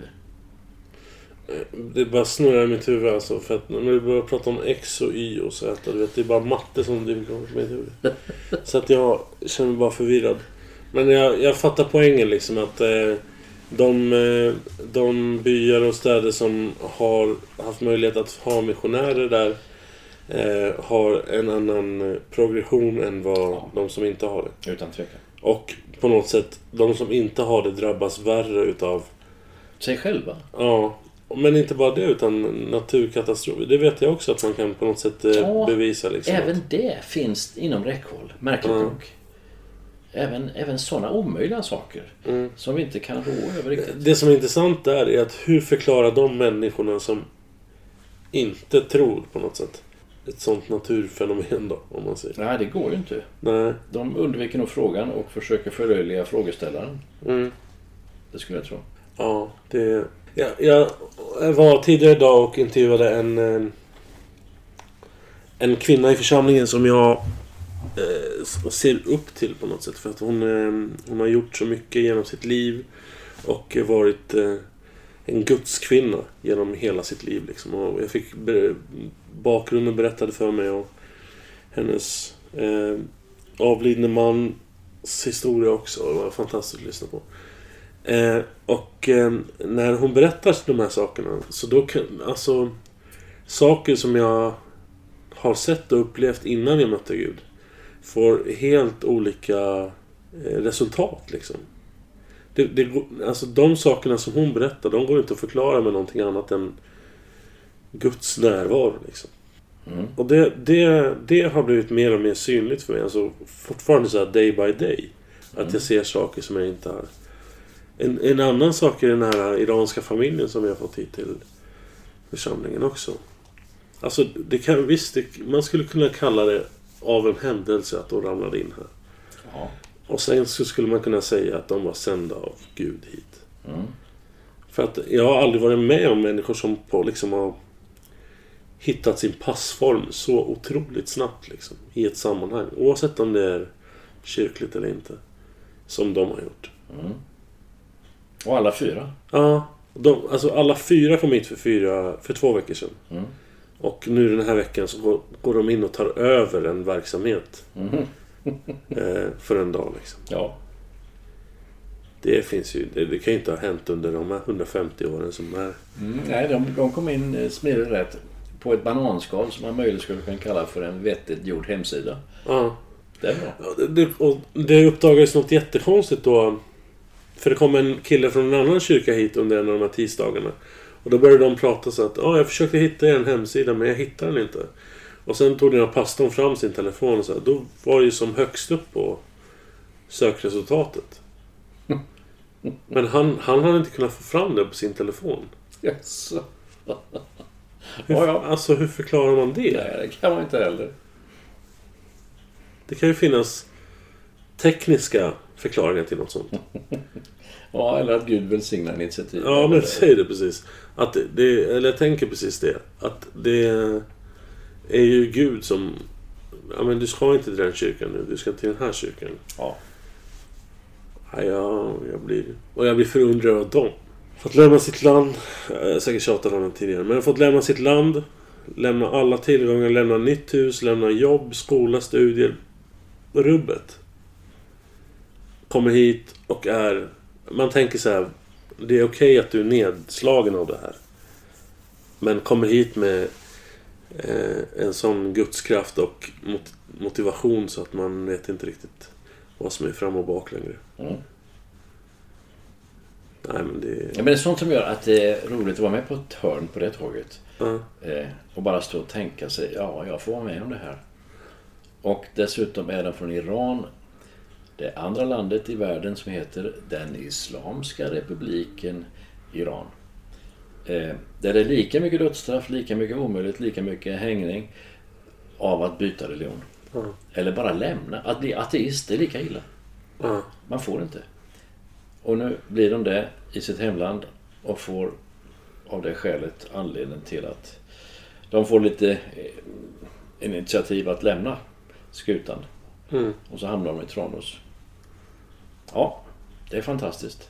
Det bara snurrar i mitt huvud alltså, för att när du börjar prata om X och Y och Z, du vet, det är bara matte som dyker upp i mitt huvud. Så att jag känner mig bara förvirrad. Men jag fattar poängen liksom, att de byar och städer som har haft möjlighet att ha missionärer där har en annan progression än vad de som inte har det. Utan tvekan. Och på något sätt, de som inte har det drabbas värre utav sig själva. Ja, men inte bara det, utan naturkatastrofer. Det vet jag också att man kan på något sätt bevisa liksom. Även det finns inom räckhåll, märkligt nog. Även sådana omöjliga saker som vi inte kan rå över riktigt. Det som är intressant där är att hur förklarar de människorna som inte tror på något sätt ett sånt naturfenomen då, om man säger. Nej, det går ju inte. Nej. De undviker nog frågan och försöker förlöjliga frågeställaren. Det skulle jag tro. Ja, det... Jag var tidigare idag och intervjuade en kvinna i församlingen som jag ser upp till på något sätt. För att hon har gjort så mycket genom sitt liv och varit en gudskvinna genom hela sitt liv liksom. Och jag fick bakgrunden berättade för mig och hennes avlidne mans historia också. Det var fantastiskt att lyssna på. Och när hon berättar de här sakerna, så då alltså saker som jag har sett och upplevt innan jag mötte Gud får helt olika resultat liksom. Alltså de sakerna som hon berättar, de går inte att förklara med någonting annat än Guds närvaro liksom. Och det har blivit mer och mer synligt för mig, alltså fortfarande så här day by day, att jag ser saker som jag inte har. En annan sak är den här iranska familjen som vi har fått hit till församlingen också. Alltså det kan visst, man skulle kunna kalla det av en händelse att de ramlade in här. Ja. Och sen så skulle man kunna säga att de var sända av Gud hit. För att jag har aldrig varit med om människor som på liksom har hittat sin passform så otroligt snabbt liksom, i ett sammanhang, oavsett om det är kyrkligt eller inte, som de har gjort. Och alla 4? Ja, alltså alla 4 kom hit för 2 veckor sedan. Och nu den här veckan så går de in och tar över en verksamhet för en dag liksom. Ja. Det finns ju, det kan ju inte ha hänt under de här 150 åren som är. Nej, de kom in smidigt rätt på ett bananskal som man möjligt skulle kunna kalla för en vettigt gjord hemsida. Ja. Det är bra. Det uppdagades något jättekonstigt då. För det kom en kille från en annan kyrka hit under en av de här tisdagarna. Och då började de prata så att jag försökte hitta en hemsida men jag hittade den inte. Och sen tog den här pastorn fram sin telefon och så här, då var det ju som högst upp på sökresultatet. Men han hade inte kunnat få fram det på sin telefon. Yes. Alltså hur förklarar man det? Nej, det kan man inte heller. Det kan ju finnas tekniska förklaringar till något sånt. Ja, eller att Gud välsignar initiativ. Ja, men säg det precis. Att det, eller jag tänker precis det. Att det är ju Gud som... Ja, men du ska inte till den kyrkan nu. Du ska till den här kyrkan. Ja. Ja, jag blir förundrad av dem. Fått lämna sitt land. Jag har säkert tjatat om det tidigare. Men fått lämna sitt land. Lämna alla tillgångar. Lämna nytt hus. Lämna jobb, skola, studier. Rubbet. Kommer hit och är... Man tänker så här, det är okej att du är nedslagen av det här. Men kommer hit med en sån gudskraft och motivation så att man vet inte riktigt vad som är fram och bak längre. Mm. Nej, men det... Ja, men det är sånt som gör att det är roligt att vara med på ett hörn på det tåget. Och bara stå och tänka sig, ja, jag får vara med om det här. Och dessutom är den från Iran. Det andra landet i världen som heter den Islamska republiken Iran. Där det är lika mycket dödsstraff, lika mycket omöjligt, lika mycket hängning av att byta religion. Eller bara lämna. Att bli ateist, det är lika illa. Man får inte. Och nu blir de det i sitt hemland och får av det skälet anledning till att de får lite initiativ att lämna skutan. Och så hamnar de i Tranås. Ja, det är fantastiskt.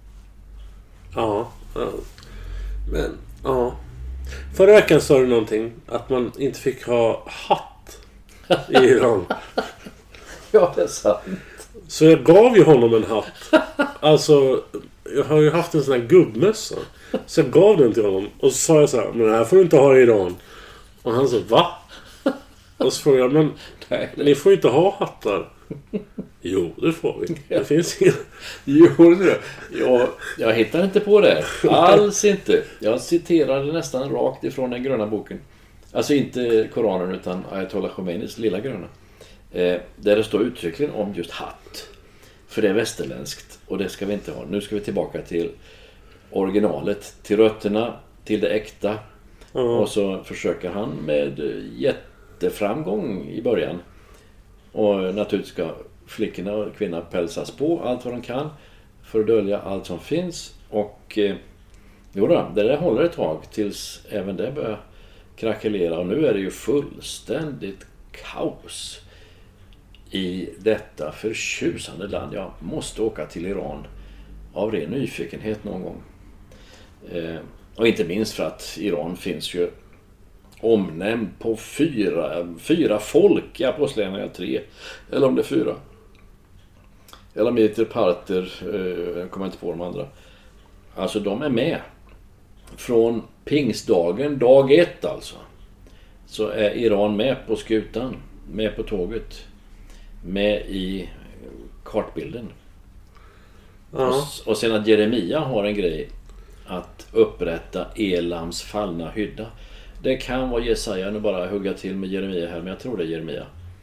Ja. Men, ja. Förra veckan sa du någonting att man inte fick ha hatt i Iran. Ja, det är sant. Så jag gav ju honom en hatt. Alltså, jag har ju haft en sån här gubbmössa. Så jag gav den till honom. Och så sa jag så här, men det här får du inte ha i Iran. Och han sa, va? Och så frågade jag, men ni får inte ha hattar. Jo, det får vi. Det finns inga. Jo, jag hittar inte på det. Alls inte. Jag citerade nästan rakt ifrån den gröna boken. Alltså inte Koranen utan Ayatollah Khomeinis lilla gröna. Där det står uttryckligen om just hatt. För det är västerländskt och det ska vi inte ha. Nu ska vi tillbaka till originalet, till rötterna, till det äkta. Och så försöker han med jätteframgång i början. Och naturligtvis ska flickorna och kvinnorna pälsas på allt vad de kan för att dölja allt som finns. Och det där håller ett tag tills även det börjar krackelera. Och nu är det ju fullständigt kaos i detta förtjusande land. Jag måste åka till Iran av ren nyfikenhet någon gång. Och inte minst för att Iran finns ju omnämnd på fyra folk i Apostlagärningarna 3. Eller om det är 4. Eller Meter Parter, jag kommer inte på de andra. Alltså de är med. Från pingstdagen, dag 1 alltså. Så är Iran med på skutan. Med på tåget. Med i kartbilden. Och sen att Jeremia har en grej. Att upprätta Elams fallna hydda. Det kan vara Jesaja, nu bara hugga till med Jeremia här, men jag tror det är Jeremia.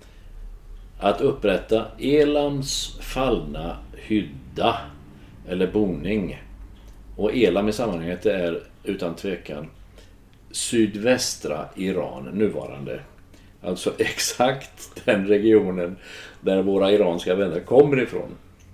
Att upprätta Elams fallna hydda eller boning. Och Elam i sammanhanget är utan tvekan sydvästra Iran nuvarande. Alltså exakt den regionen där våra iranska vänner kommer ifrån.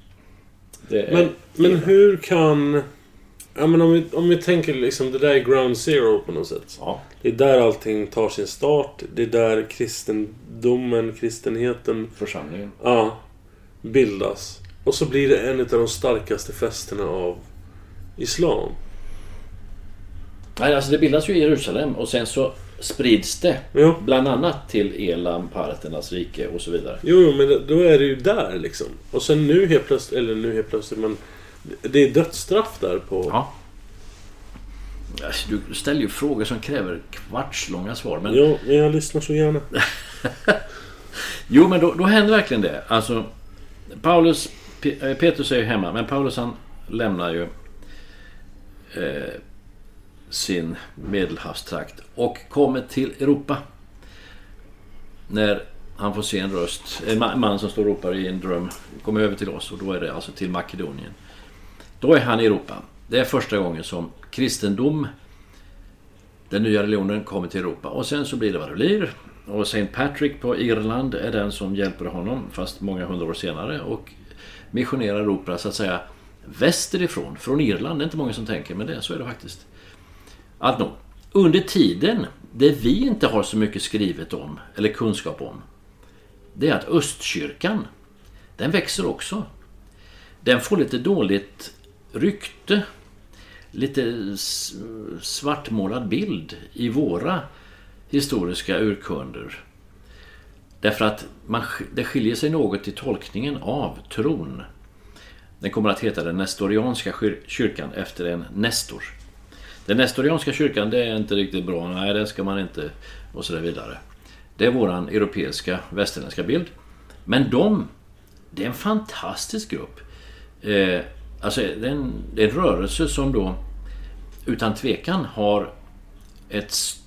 Men hur kan... Ja, men om vi tänker liksom, det där är ground zero på något sätt. Ja. Det är där allting tar sin start. Det är där kristenheten, församlingen, bildas. Och så blir det en av de starkaste festerna av islam. Nej, alltså det bildas ju i Jerusalem och sen så sprids det bland annat till Elam, parternas rike och så vidare. Jo, men då är det ju där liksom. Och sen nu helt plötsligt, men det är dödsstraff där på... Ja. Du ställer ju frågor som kräver kvartslånga svar. Men... Ja, men jag lyssnar så gärna. Jo, men då händer verkligen det. Alltså, Petrus är ju hemma, men Paulus han lämnar ju sin Medelhavstrakt och kommer till Europa. När han får se en röst, en man som står och ropar i en dröm, kommer över till oss, och då är det alltså till Makedonien. Då är han i Europa. Det är första gången som kristendom, den nya religionen, kommer till Europa. Och sen så blir det vad det blir. Och St. Patrick på Irland är den som hjälper honom, fast många 100 år senare, och missionerar Europa så att säga västerifrån, från Irland. Det är inte många som tänker, men så är det faktiskt. Alltså, under tiden, det vi inte har så mycket skrivet om eller kunskap om, det är att Östkyrkan, den växer också. Den får lite dåligt rykte, lite svartmålad bild i våra historiska urkunder. Därför att det skiljer sig något i tolkningen av tron. Den kommer att heta den nestorianska kyrkan efter en Nestor. Den nestorianska kyrkan, det är inte riktigt bra, nej det ska man inte, och så där vidare. Det är våran europeiska, västerländska bild. Men det är en fantastisk grupp. Alltså det är en rörelse som då utan tvekan har en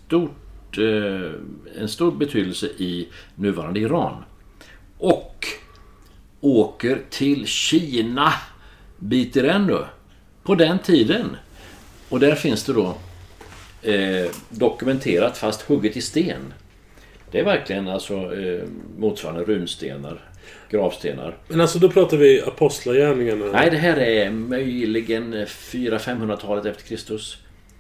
stor betydelse i nuvarande Iran. Och åker till Kina, biter ändå på den tiden. Och där finns det då dokumenterat, fast hugget i sten. Det är verkligen alltså motsvarande runstenar, gravstenar. Men alltså då pratar vi apostlagärningarna. Nej, det här är möjligen 400-500-talet efter Kristus.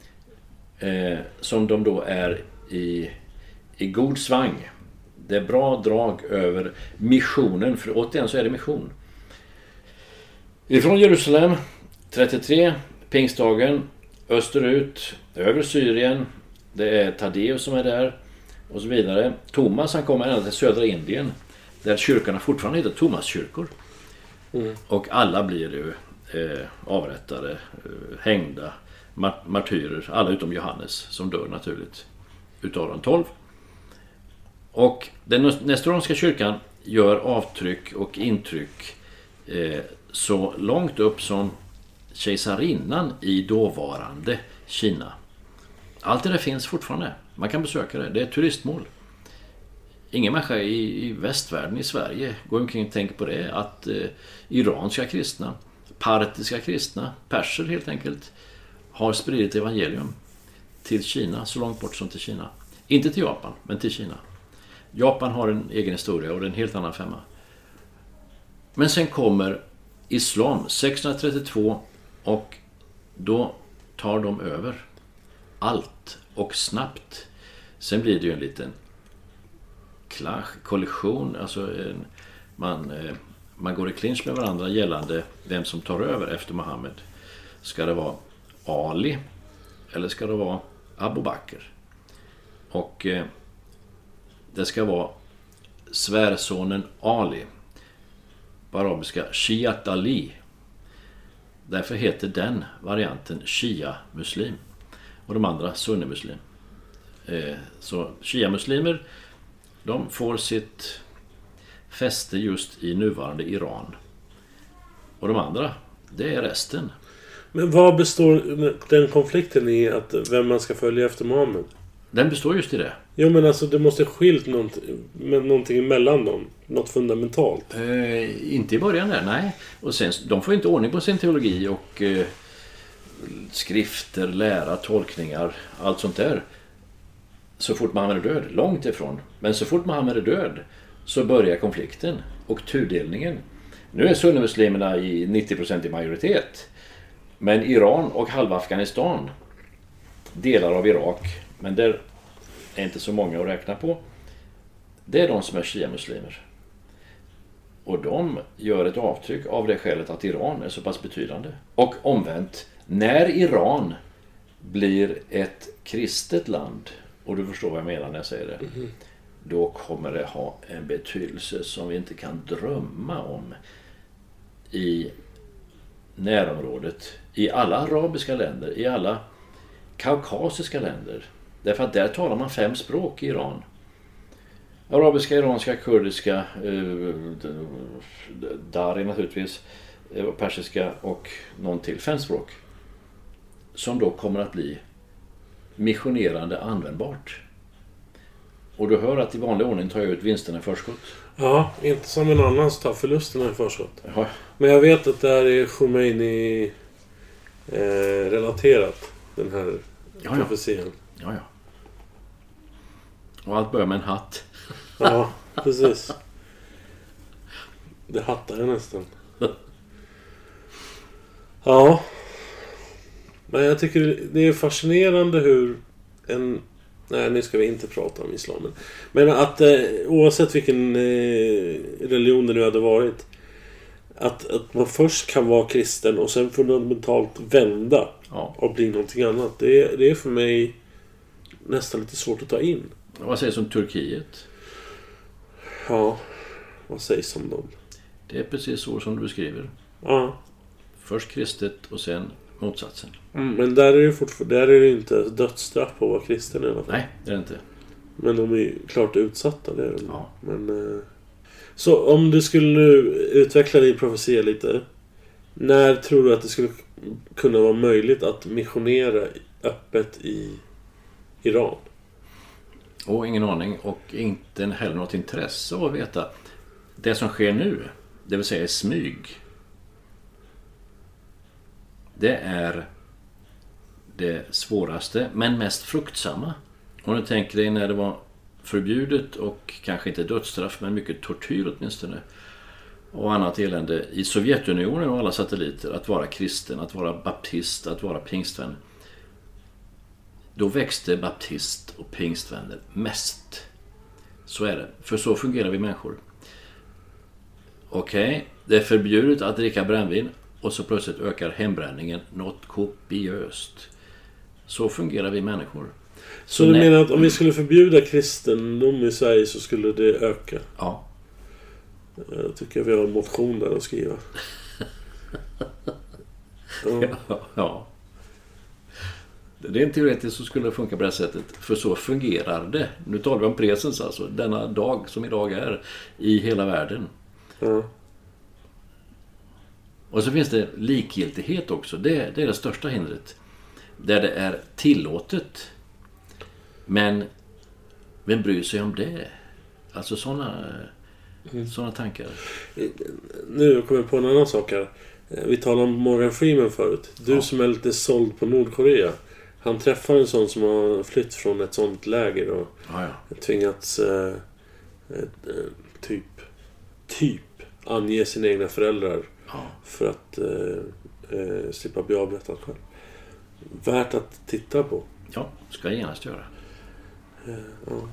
Som de då är i god svang. Det är bra drag över missionen, för återigen så är det mission. Ifrån Jerusalem 33, pingstdagen, österut, över Syrien, det är Taddeus som är där och så vidare. Thomas, han kommer ända till södra Indien, där kyrkorna fortfarande heter Thomaskyrkor. Och alla blir ju avrättade, hängda, martyrer, alla utom Johannes som dör naturligt utav de 12. Och den nestorianska kyrkan gör avtryck och intryck så långt upp som kejsarinnan i dåvarande Kina. Allt det där finns fortfarande. Man kan besöka det. Det är ett turistmål. Ingen människa i västvärlden, i Sverige, går omkring och tänker på det. Att iranska kristna, partiska kristna, perser helt enkelt, har spridit evangelium till Kina, så långt bort som till Kina. Inte till Japan, men till Kina. Japan har en egen historia och det är en helt annan femma. Men sen kommer islam 632 och då tar de över allt och snabbt. Sen blir det ju en liten kollision, alltså man går i clinch med varandra gällande vem som tar över efter Muhammed. Ska det vara Ali eller ska det vara Abu Bakr? Och det ska vara svärsonen Ali, på arabiska Shiat Ali. Därför heter den varianten Shia-muslim och de andra sunni-muslim. Så Shia-muslimer, de får sitt fäste just i nuvarande Iran. Och de andra, det är resten. Men vad består den konflikten i, att vem man ska följa efter Muhammed? Den består just i det. Jo, men alltså det måste skilt någonting emellan dem. Något fundamentalt. Inte i början där, nej. Och sen, de får inte ordning på sin teologi och skrifter, lära, tolkningar, allt sånt där. Så fort Muhammed är död, långt ifrån. Men så fort Muhammed är död så börjar konflikten och tudelningen. Nu är sunnimuslimerna i 90% i majoritet. Men Iran och halva Afghanistan, delar av Irak, men där är inte så många att räkna på, det är de som är shia-muslimer. Och de gör ett avtryck av det skälet att Iran är så pass betydande. Och omvänt, när Iran blir ett kristet land, och du förstår vad jag menar när jag säger det, då kommer det ha en betydelse som vi inte kan drömma om i närområdet, i alla arabiska länder, i alla kaukasiska länder. Därför att där talar man 5 språk i Iran. Arabiska, iranska, kurdiska, dari naturligtvis, persiska och någon till. 5 språk. Som då kommer att bli missionerande användbart. Och du hör att i vanlig ordning tar jag ut vinsterna i förskott. Ja, inte som en annan tar förlusterna i förskott. Ja. Men jag vet att det här är Khomeini relaterat, den här profetian. Ja. Och allt börjar med en hatt. Ja, precis. Det hattar jag nästan. Ja. Men jag tycker det är fascinerande hur en... Nej, nu ska vi inte prata om islamen. Men att oavsett vilken religion det nu hade varit, att man först kan vara kristen och sen fundamentalt vända och bli någonting annat. Det är för mig nästan lite svårt att ta in. Vad sägs om Turkiet? Ja, vad sägs om dem? Det är precis så som du beskriver. Ja. Först kristet och sen motsatsen. Men där är det inte dödsstraff på att vara kristen i alla fall. Nej, det är det inte. Men de är ju klart utsatta, det är de. Ja. Men, så om du skulle nu utveckla din profetia lite, när tror du att det skulle kunna vara möjligt att missionera öppet i Iran? Ingen aning, och inte heller något intresse av att veta. Det som sker nu, det vill säga i smyg, det är det svåraste men mest fruktsamma. Om du tänker dig när det var förbjudet och kanske inte dödsstraff men mycket tortyr åtminstone och annat elände i Sovjetunionen och alla satelliter, att vara kristen, att vara baptist, att vara pingstvän. Då växte baptist och pingstvänner mest. Så är det, för så fungerar vi människor. Okej, det är förbjudet att dricka brännvin och så plötsligt ökar hembränningen något kopiöst. Så fungerar vi människor. Så du menar att om vi skulle förbjuda kristendom i Sverige så skulle det öka? Ja. Jag tycker vi har en motion där att skriva. Ja. Det är en teoretiskt så skulle det funka på det sättet. För så fungerar det. Nu talar vi om presens alltså. Denna dag som idag är i hela världen. Ja. Och så finns det likgiltighet också. Det är det största hindret. Där det är tillåtet. Men vem bryr sig om det? Alltså sådana tankar. Nu kommer jag på en annan sak här. Vi talade om Morgan Freeman förut. Du som är lite såld på Nordkorea. Han träffar en sån som har flytt från ett sånt läger och tvingats typ ange sina egna föräldrar för att slippa bli avrättad själv. Värt att titta på. Ja, ska jag genast göra. Ja.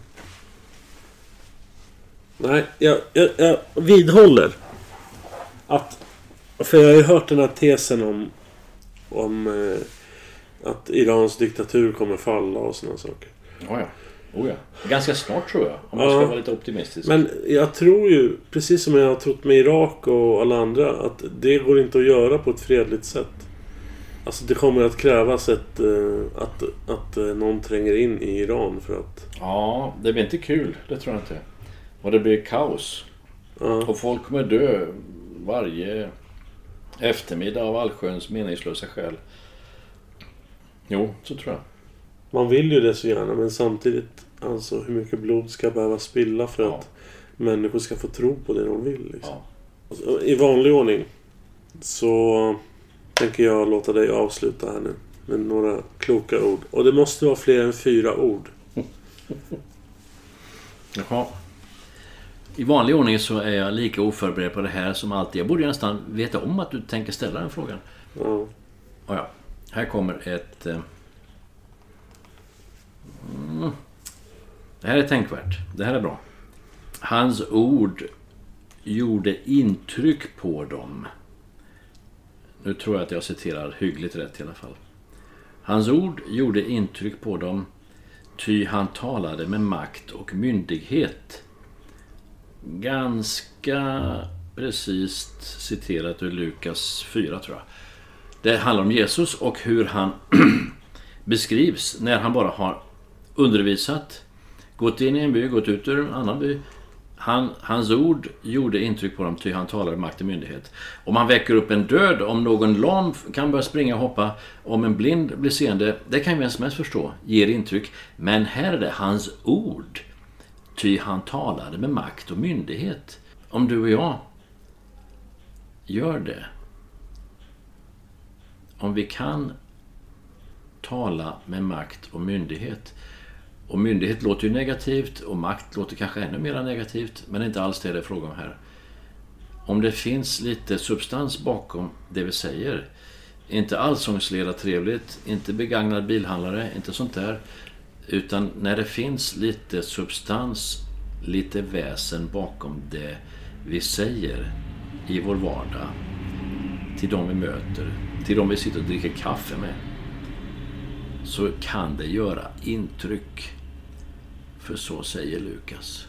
Nej, jag vidhåller att, för jag har ju hört den här tesen om att Irans diktatur kommer falla och såna saker. Ja. Ganska snart tror jag, om man ska vara lite optimistisk. Men jag tror ju, precis som jag har trott med Irak och alla andra, att det går inte att göra på ett fredligt sätt. Alltså det kommer att krävas att någon tränger in i Iran för att... Ja, det blir inte kul, det tror jag inte. Och det blir kaos. Ja. Och folk kommer dö varje eftermiddag av allsköns meningslösa skäl. Jo, så tror jag. Man vill ju det så gärna, men samtidigt, alltså hur mycket blod ska behöva spilla för att människor ska få tro på det de vill liksom. Alltså, i vanlig ordning så tänker jag låta dig avsluta här nu med några kloka ord. Och det måste vara fler än 4 ord. Jaha. I vanlig ordning så är jag lika oförberedd på det här som alltid. Jag borde nästan veta om att du tänker ställa den frågan. Ja. Här kommer ett... Det här är tänkvärt. Det här är bra. Hans ord gjorde intryck på dem. Nu tror jag att jag citerar hyggligt rätt i alla fall. Hans ord gjorde intryck på dem, ty han talade med makt och myndighet. Ganska precis citerat ur Lukas 4 tror jag. Det handlar om Jesus och hur han beskrivs när han bara har undervisat, gått in i en by, gått ut ur en annan by. Hans ord gjorde intryck på dem, ty han talade makt och myndighet. Om man väcker upp en död, om någon lam kan börja springa och hoppa, om en blind blir seende, det kan vem som helst förstå, ger intryck. Men här är det hans ord, ty han talade med makt och myndighet. Om du och jag gör det, om vi kan tala med makt och myndighet Och myndighet låter ju negativt och makt låter kanske ännu mer negativt, men inte alls det är frågan om här. Om det finns lite substans bakom det vi säger, inte allsångsleda trevligt, inte begagnad bilhandlare, inte sånt där, utan när det finns lite substans, lite väsen bakom det vi säger i vår vardag, till de vi möter, till de vi sitter och dricker kaffe med, så kan det göra intryck. För så säger Lukas.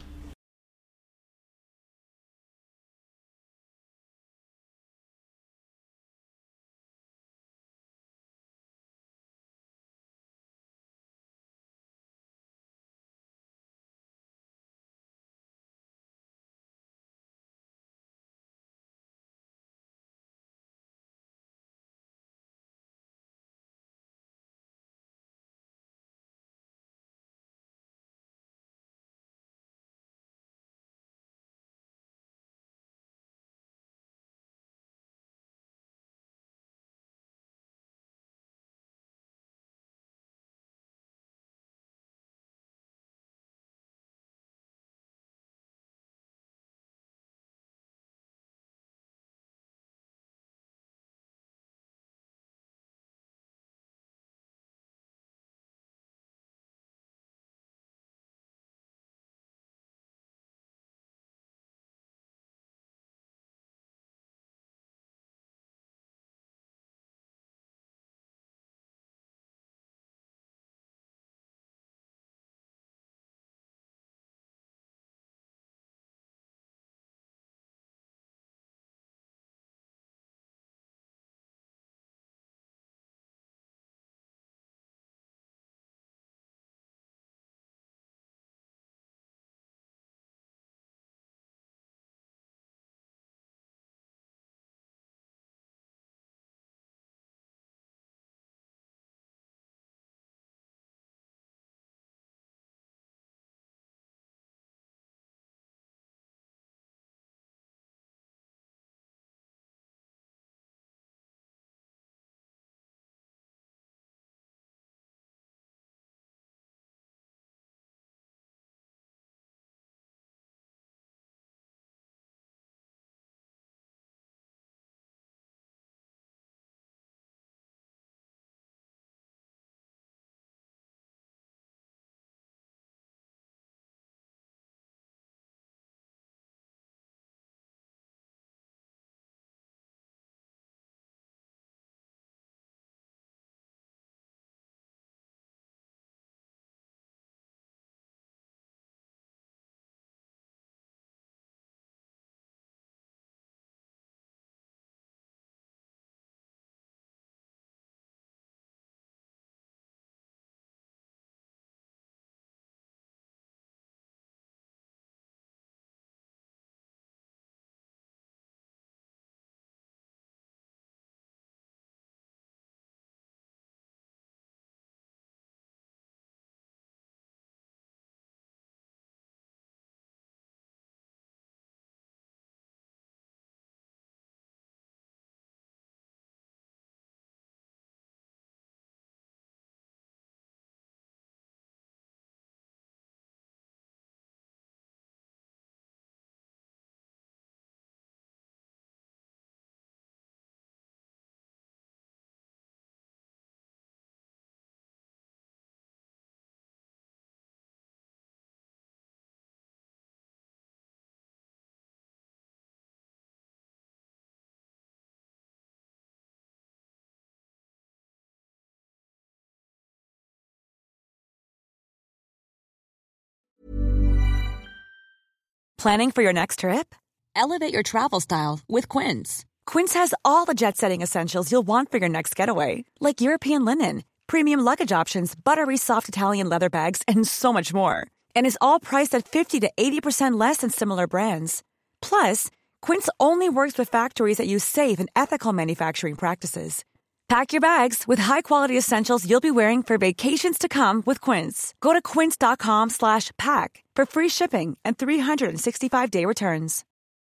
Planning for your next trip? Elevate your travel style with Quince. Quince has all the jet-setting essentials you'll want for your next getaway, like European linen, premium luggage options, buttery soft Italian leather bags, and so much more. And is all priced at 50 to 80% less than similar brands. Plus, Quince only works with factories that use safe and ethical manufacturing practices. Pack your bags with high-quality essentials you'll be wearing for vacations to come with Quince. Go to quince.com/pack for free shipping and 365-day returns.